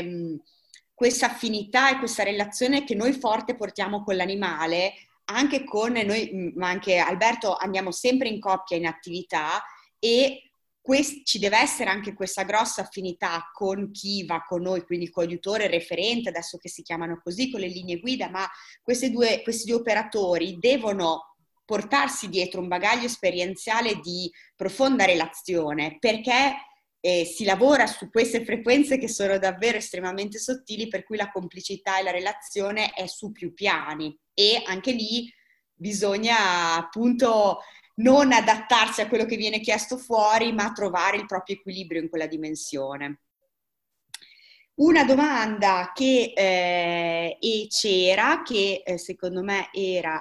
affinità e questa relazione che noi forte portiamo con l'animale, anche con noi, ma anche Alberto, andiamo sempre in coppia in attività, e ci deve essere anche questa grossa affinità con chi va con noi, quindi il coadiutore, il referente, adesso che si chiamano così, con le linee guida, ma questi due operatori devono portarsi dietro un bagaglio esperienziale di profonda relazione, perché si lavora su queste frequenze che sono davvero estremamente sottili, per cui la complicità e la relazione è su più piani, e anche lì bisogna appunto non adattarsi a quello che viene chiesto fuori, ma trovare il proprio equilibrio in quella dimensione. Una domanda che c'era, che secondo me era,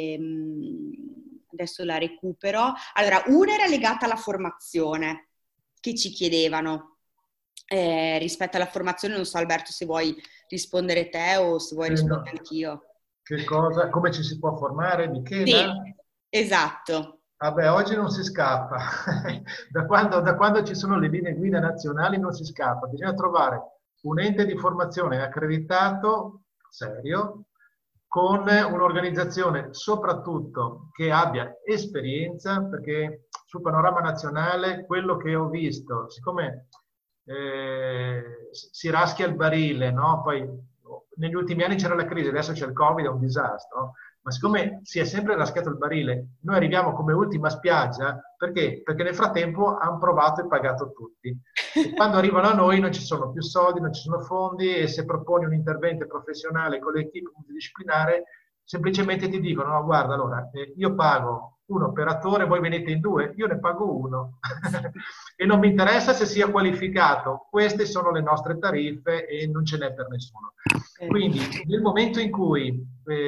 adesso la recupero, allora una era legata alla formazione, che ci chiedevano rispetto alla formazione, non so Alberto se vuoi rispondere te o se vuoi rispondere anch'io. Che cosa? Come ci si può formare? Di che età? Sì, esatto. Vabbè, oggi non si scappa. Da quando ci sono le linee guida nazionali non si scappa. Bisogna trovare un ente di formazione accreditato, serio, con un'organizzazione soprattutto che abbia esperienza, perché sul panorama nazionale, quello che ho visto, siccome si raschia il barile, no? Poi negli ultimi anni c'era la crisi, adesso c'è il Covid, è un disastro, ma siccome si è sempre raschiato il barile, noi arriviamo come ultima spiaggia, perché? Perché nel frattempo hanno provato e pagato tutti. E quando arrivano a noi non ci sono più soldi, non ci sono fondi, e se proponi un intervento professionale con l'equipe multidisciplinare, semplicemente ti dicono, no, guarda, allora, io pago un operatore, voi venite in due, io ne pago uno. E non mi interessa se sia qualificato, queste sono le nostre tariffe e non ce n'è per nessuno. Quindi nel momento in cui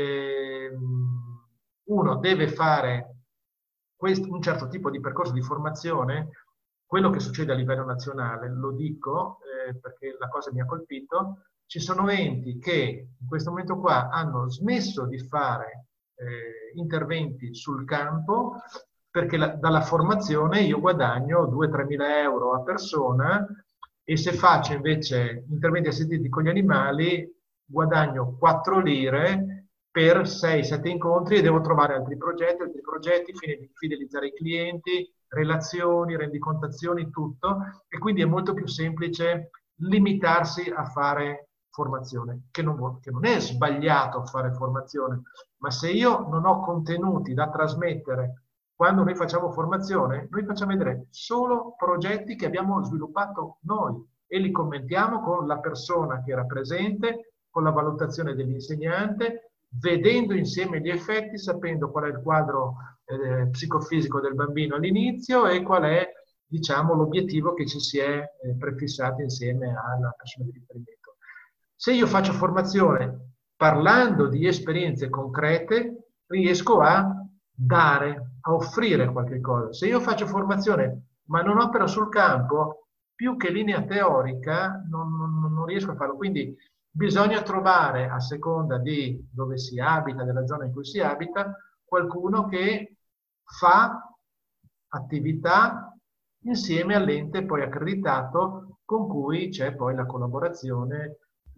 uno deve fare un certo tipo di percorso di formazione, quello che succede a livello nazionale, lo dico perché la cosa mi ha colpito, ci sono enti che in questo momento qua hanno smesso di fare interventi sul campo, perché dalla formazione io guadagno 2-3 mila euro a persona, e se faccio invece interventi assistiti con gli animali guadagno 4 lire per 6-7 incontri, e devo trovare altri progetti, fidelizzare i clienti, relazioni, rendicontazioni, tutto, e quindi è molto più semplice limitarsi a fare formazione, che non è sbagliato fare formazione, ma se io non ho contenuti da trasmettere quando noi facciamo formazione, noi facciamo vedere solo progetti che abbiamo sviluppato noi e li commentiamo con la persona che era presente, con la valutazione dell'insegnante, vedendo insieme gli effetti, sapendo qual è il quadro psicofisico del bambino all'inizio e qual è, diciamo, l'obiettivo che ci si è prefissati insieme alla persona di riferimento. Se io faccio formazione parlando di esperienze concrete, riesco a dare, a offrire qualche cosa. Se io faccio formazione ma non opero sul campo, più che linea teorica non riesco a farlo. Quindi bisogna trovare, a seconda di dove si abita, della zona in cui si abita, qualcuno che fa attività insieme all'ente poi accreditato, con cui c'è poi la collaborazione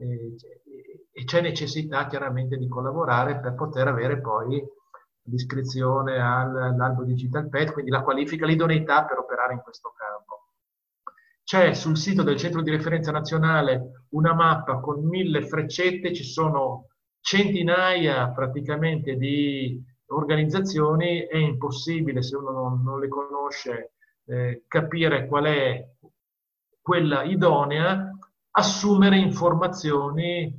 e c'è necessità chiaramente di collaborare per poter avere poi l'iscrizione all'albo Digital Pet, quindi la qualifica, l'idoneità per operare in questo campo. C'è sul sito del Centro di Referenza Nazionale una mappa con 1000 freccette, ci sono centinaia praticamente di organizzazioni, è impossibile se uno non le conosce capire qual è quella idonea, assumere informazioni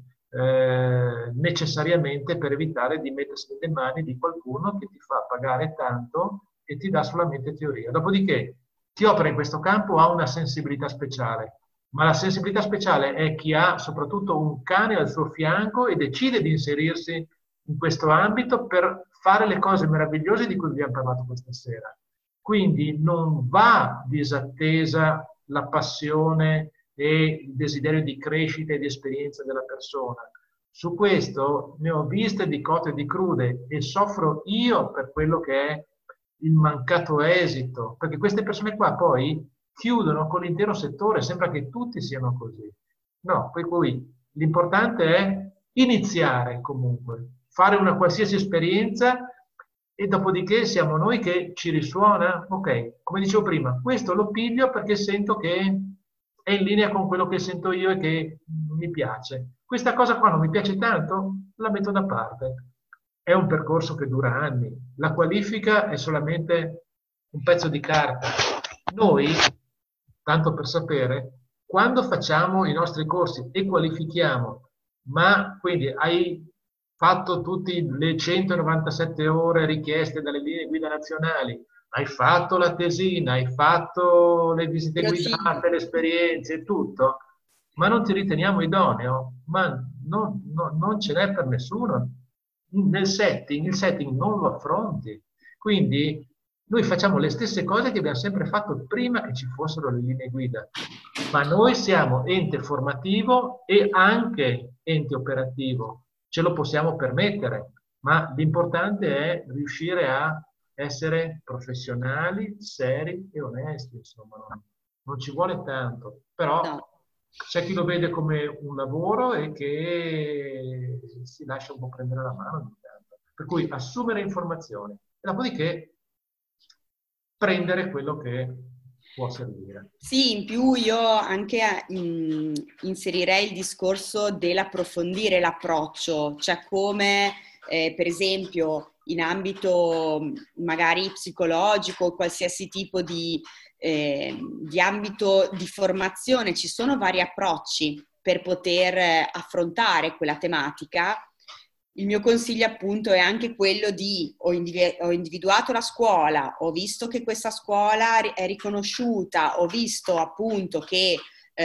necessariamente per evitare di mettersi nelle mani di qualcuno che ti fa pagare tanto e ti dà solamente teoria. Dopodiché chi opera in questo campo ha una sensibilità speciale, ma la sensibilità speciale è chi ha soprattutto un cane al suo fianco e decide di inserirsi in questo ambito per fare le cose meravigliose di cui vi abbiamo parlato questa sera. Quindi non va disattesa la passione e il desiderio di crescita e di esperienza della persona. Su questo ne ho viste di cotte e di crude e soffro io per quello che è il mancato esito, perché queste persone qua poi chiudono con l'intero settore, sembra che tutti siano così. No, poi l'importante è iniziare comunque, fare una qualsiasi esperienza e dopodiché siamo noi che ci risuona. Ok, come dicevo prima, questo lo piglio perché sento che è in linea con quello che sento io e che mi piace. Questa cosa qua non mi piace tanto, la metto da parte. È un percorso che dura anni. La qualifica è solamente un pezzo di carta. Noi, tanto per sapere, quando facciamo i nostri corsi e qualifichiamo, ma quindi hai fatto tutte le 197 ore richieste dalle linee guida nazionali, hai fatto la tesina, hai fatto le visite guidate, le esperienze, tutto, ma non ti riteniamo idoneo, ma non ce n'è per nessuno. Il setting non lo affronti. Quindi noi facciamo le stesse cose che abbiamo sempre fatto prima che ci fossero le linee guida, ma noi siamo ente formativo e anche ente operativo, ce lo possiamo permettere, ma l'importante è riuscire a essere professionali, seri e onesti, insomma, non ci vuole tanto, però no. C'è chi lo vede come un lavoro e che si lascia un po' prendere la mano ogni tanto. Per cui assumere informazioni. E dopodiché prendere quello che può servire. Sì, in più io anche inserirei il discorso dell'approfondire l'approccio, cioè come per esempio in ambito magari psicologico o qualsiasi tipo di ambito di formazione ci sono vari approcci per poter affrontare quella tematica. Il mio consiglio appunto è anche quello di ho individuato la scuola, ho visto che questa scuola è riconosciuta, ho visto appunto che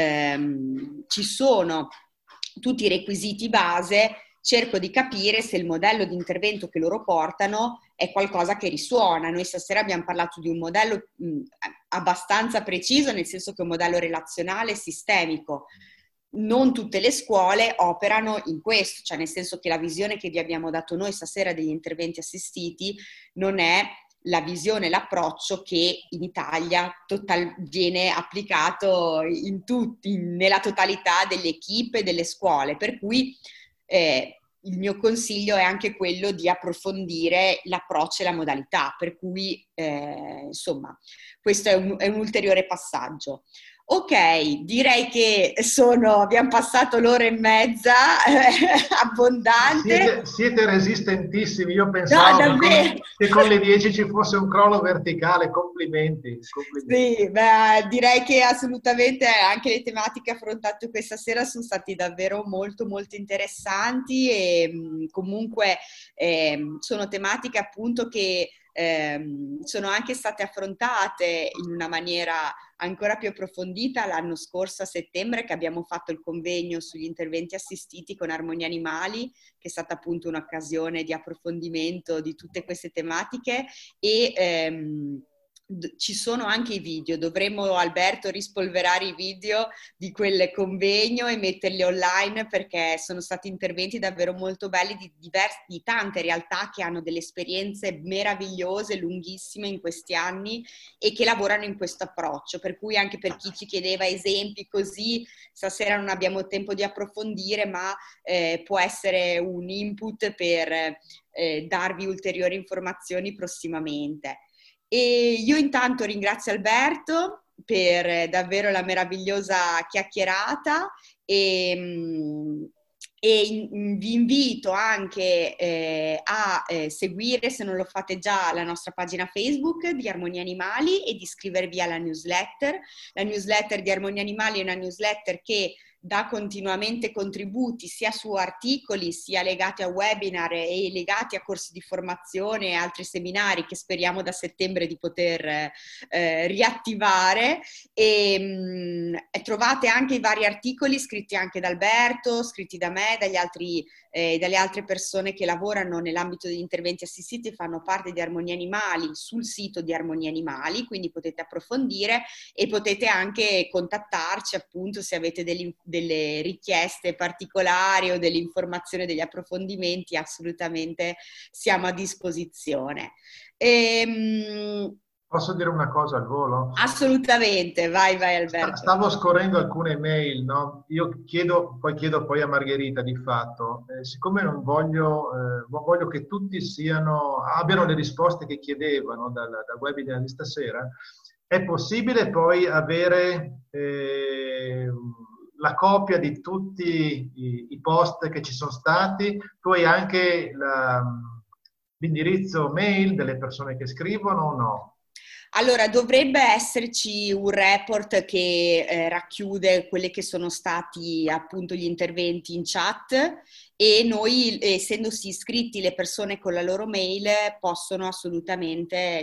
ci sono tutti i requisiti base, cerco di capire se il modello di intervento che loro portano è qualcosa che risuona. Noi stasera abbiamo parlato di un modello abbastanza preciso, nel senso che è un modello relazionale e sistemico. Non tutte le scuole operano in questo, cioè nel senso che la visione che vi abbiamo dato noi stasera degli interventi assistiti non è la visione, l'approccio che in Italia viene applicato nella totalità delle equip e delle scuole, per cui il mio consiglio è anche quello di approfondire l'approccio e la modalità, per cui insomma questo è un ulteriore passaggio. Ok, direi che abbiamo passato l'ora e mezza, abbondante. Siete resistentissimi, io No, pensavo davvero. che con le 10 ci fosse un crollo verticale, complimenti. Sì, beh, direi che assolutamente anche le tematiche affrontate questa sera sono state davvero molto molto interessanti e comunque sono tematiche appunto che sono anche state affrontate in una maniera ancora più approfondita l'anno scorso a settembre, che abbiamo fatto il convegno sugli interventi assistiti con Armonia Animali, che è stata appunto un'occasione di approfondimento di tutte queste tematiche e ci sono anche i video. Dovremmo, Alberto, rispolverare i video di quel convegno e metterli online, perché sono stati interventi davvero molto belli di tante realtà che hanno delle esperienze meravigliose, lunghissime in questi anni e che lavorano in questo approccio, per cui anche per chi ci chiedeva esempi così, stasera non abbiamo tempo di approfondire, ma può essere un input per darvi ulteriori informazioni prossimamente. E io intanto ringrazio Alberto per davvero la meravigliosa chiacchierata e vi invito anche a seguire, se non lo fate già, la nostra pagina Facebook di Armonia Animali e di iscrivervi alla newsletter. La newsletter di Armonia Animali è una newsletter che dà continuamente contributi sia su articoli sia legati a webinar e legati a corsi di formazione e altri seminari che speriamo da settembre di poter riattivare e trovate anche i vari articoli scritti anche da Alberto, scritti da me, dalle altre persone che lavorano nell'ambito degli interventi assistiti e fanno parte di Armonia Animali sul sito di Armonia Animali, quindi potete approfondire e potete anche contattarci appunto se avete delle richieste particolari o delle informazioni, degli approfondimenti, assolutamente siamo a disposizione. Posso dire una cosa al volo? Assolutamente, vai Alberto. Stavo scorrendo alcune mail, no? Io chiedo poi a Margherita di fatto, siccome non voglio che tutti abbiano le risposte che chiedevano dal webinar di stasera, è possibile poi avere la copia di tutti i post che ci sono stati, poi anche l'indirizzo mail delle persone che scrivono o no? Allora, dovrebbe esserci un report che racchiude quelli che sono stati appunto gli interventi in chat e noi, essendosi iscritti le persone con la loro mail, possiamo assolutamente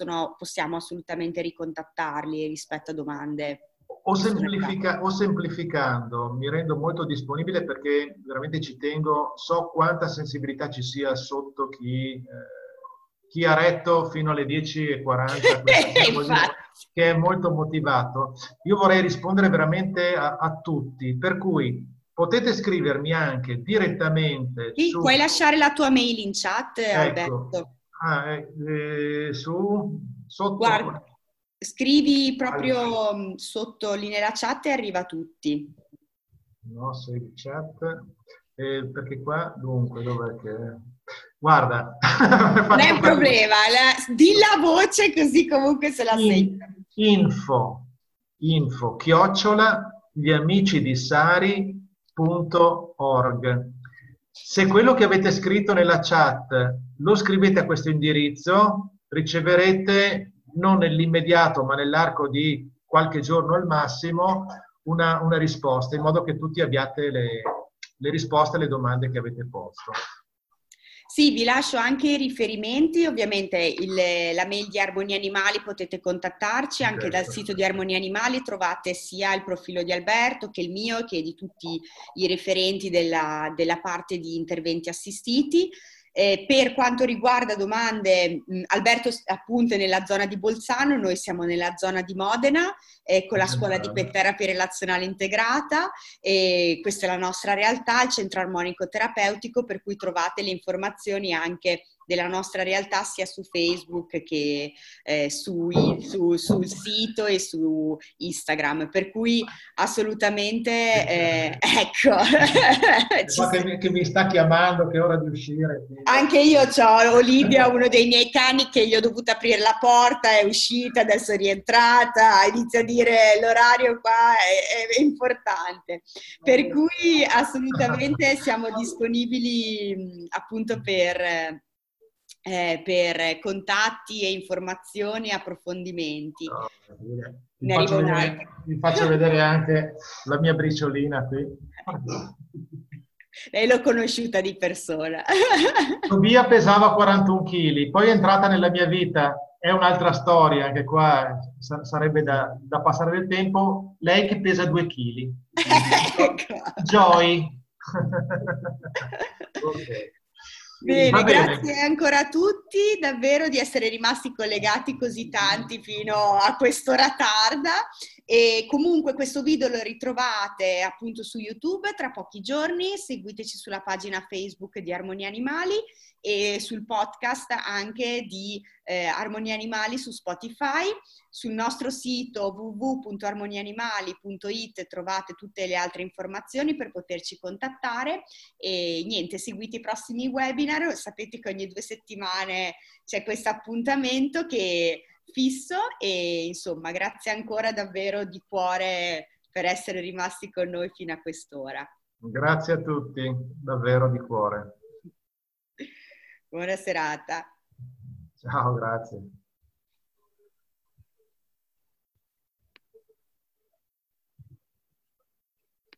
ricontattarli rispetto a domande. O semplificando, mi rendo molto disponibile perché veramente ci tengo, so quanta sensibilità ci sia sotto chi ha retto fino alle 10:40, che è molto motivato. Io vorrei rispondere veramente a tutti, per cui potete scrivermi anche direttamente sì, puoi lasciare la tua mail in chat, ecco, Alberto. sotto... Guarda, scrivi proprio sotto nella chat e arriva a tutti. No, save chat, perché qua, dunque, dov'è che... Guarda, Non è un problema, di la voce così comunque se la sento. Info, chiocciola, gliamicidisari.org. Se quello che avete scritto nella chat lo scrivete a questo indirizzo, riceverete non nell'immediato, ma nell'arco di qualche giorno al massimo, una risposta, in modo che tutti abbiate le risposte alle domande che avete posto. Sì, vi lascio anche i riferimenti, ovviamente la mail di Armonia Animali potete contattarci, anche dal sito di Armonia Animali trovate sia il profilo di Alberto che il mio che di tutti i referenti della parte di interventi assistiti. Per quanto riguarda domande, Alberto appunto è nella zona di Bolzano, noi siamo nella zona di Modena con la scuola di pet therapy relazionale integrata e questa è la nostra realtà, il centro armonico terapeutico, per cui trovate le informazioni anche della nostra realtà sia su Facebook che sul sito e su Instagram, per cui assolutamente ecco che mi sta chiamando, che è ora di uscire. Anche io ho Olivia, uno dei miei cani, che gli ho dovuto aprire la porta, è uscita, adesso è rientrata, inizia a dire l'orario qua è importante. Per cui assolutamente siamo disponibili appunto per contatti e informazioni e approfondimenti. No, vi Ne faccio vedere anche la mia briciolina qui. Lei l'ho conosciuta di persona. Tobia pesava 41 kg, poi è entrata nella mia vita, è un'altra storia, anche qua sarebbe da passare del tempo. Lei che pesa 2 kg. Ecco. Joy. Okay. Bene, grazie ancora a tutti, davvero di essere rimasti collegati così tanti fino a quest'ora tarda. E comunque questo video lo ritrovate appunto su YouTube tra pochi giorni, seguiteci sulla pagina Facebook di Armonia Animali e sul podcast anche di Armonia Animali su Spotify. Sul nostro sito www.armoniaanimali.it trovate tutte le altre informazioni per poterci contattare e niente, seguite i prossimi webinar, sapete che ogni 2 settimane c'è questo appuntamento che fisso e insomma grazie ancora davvero di cuore per essere rimasti con noi fino a quest'ora. Grazie a tutti, davvero di cuore. Buona serata. Ciao, grazie.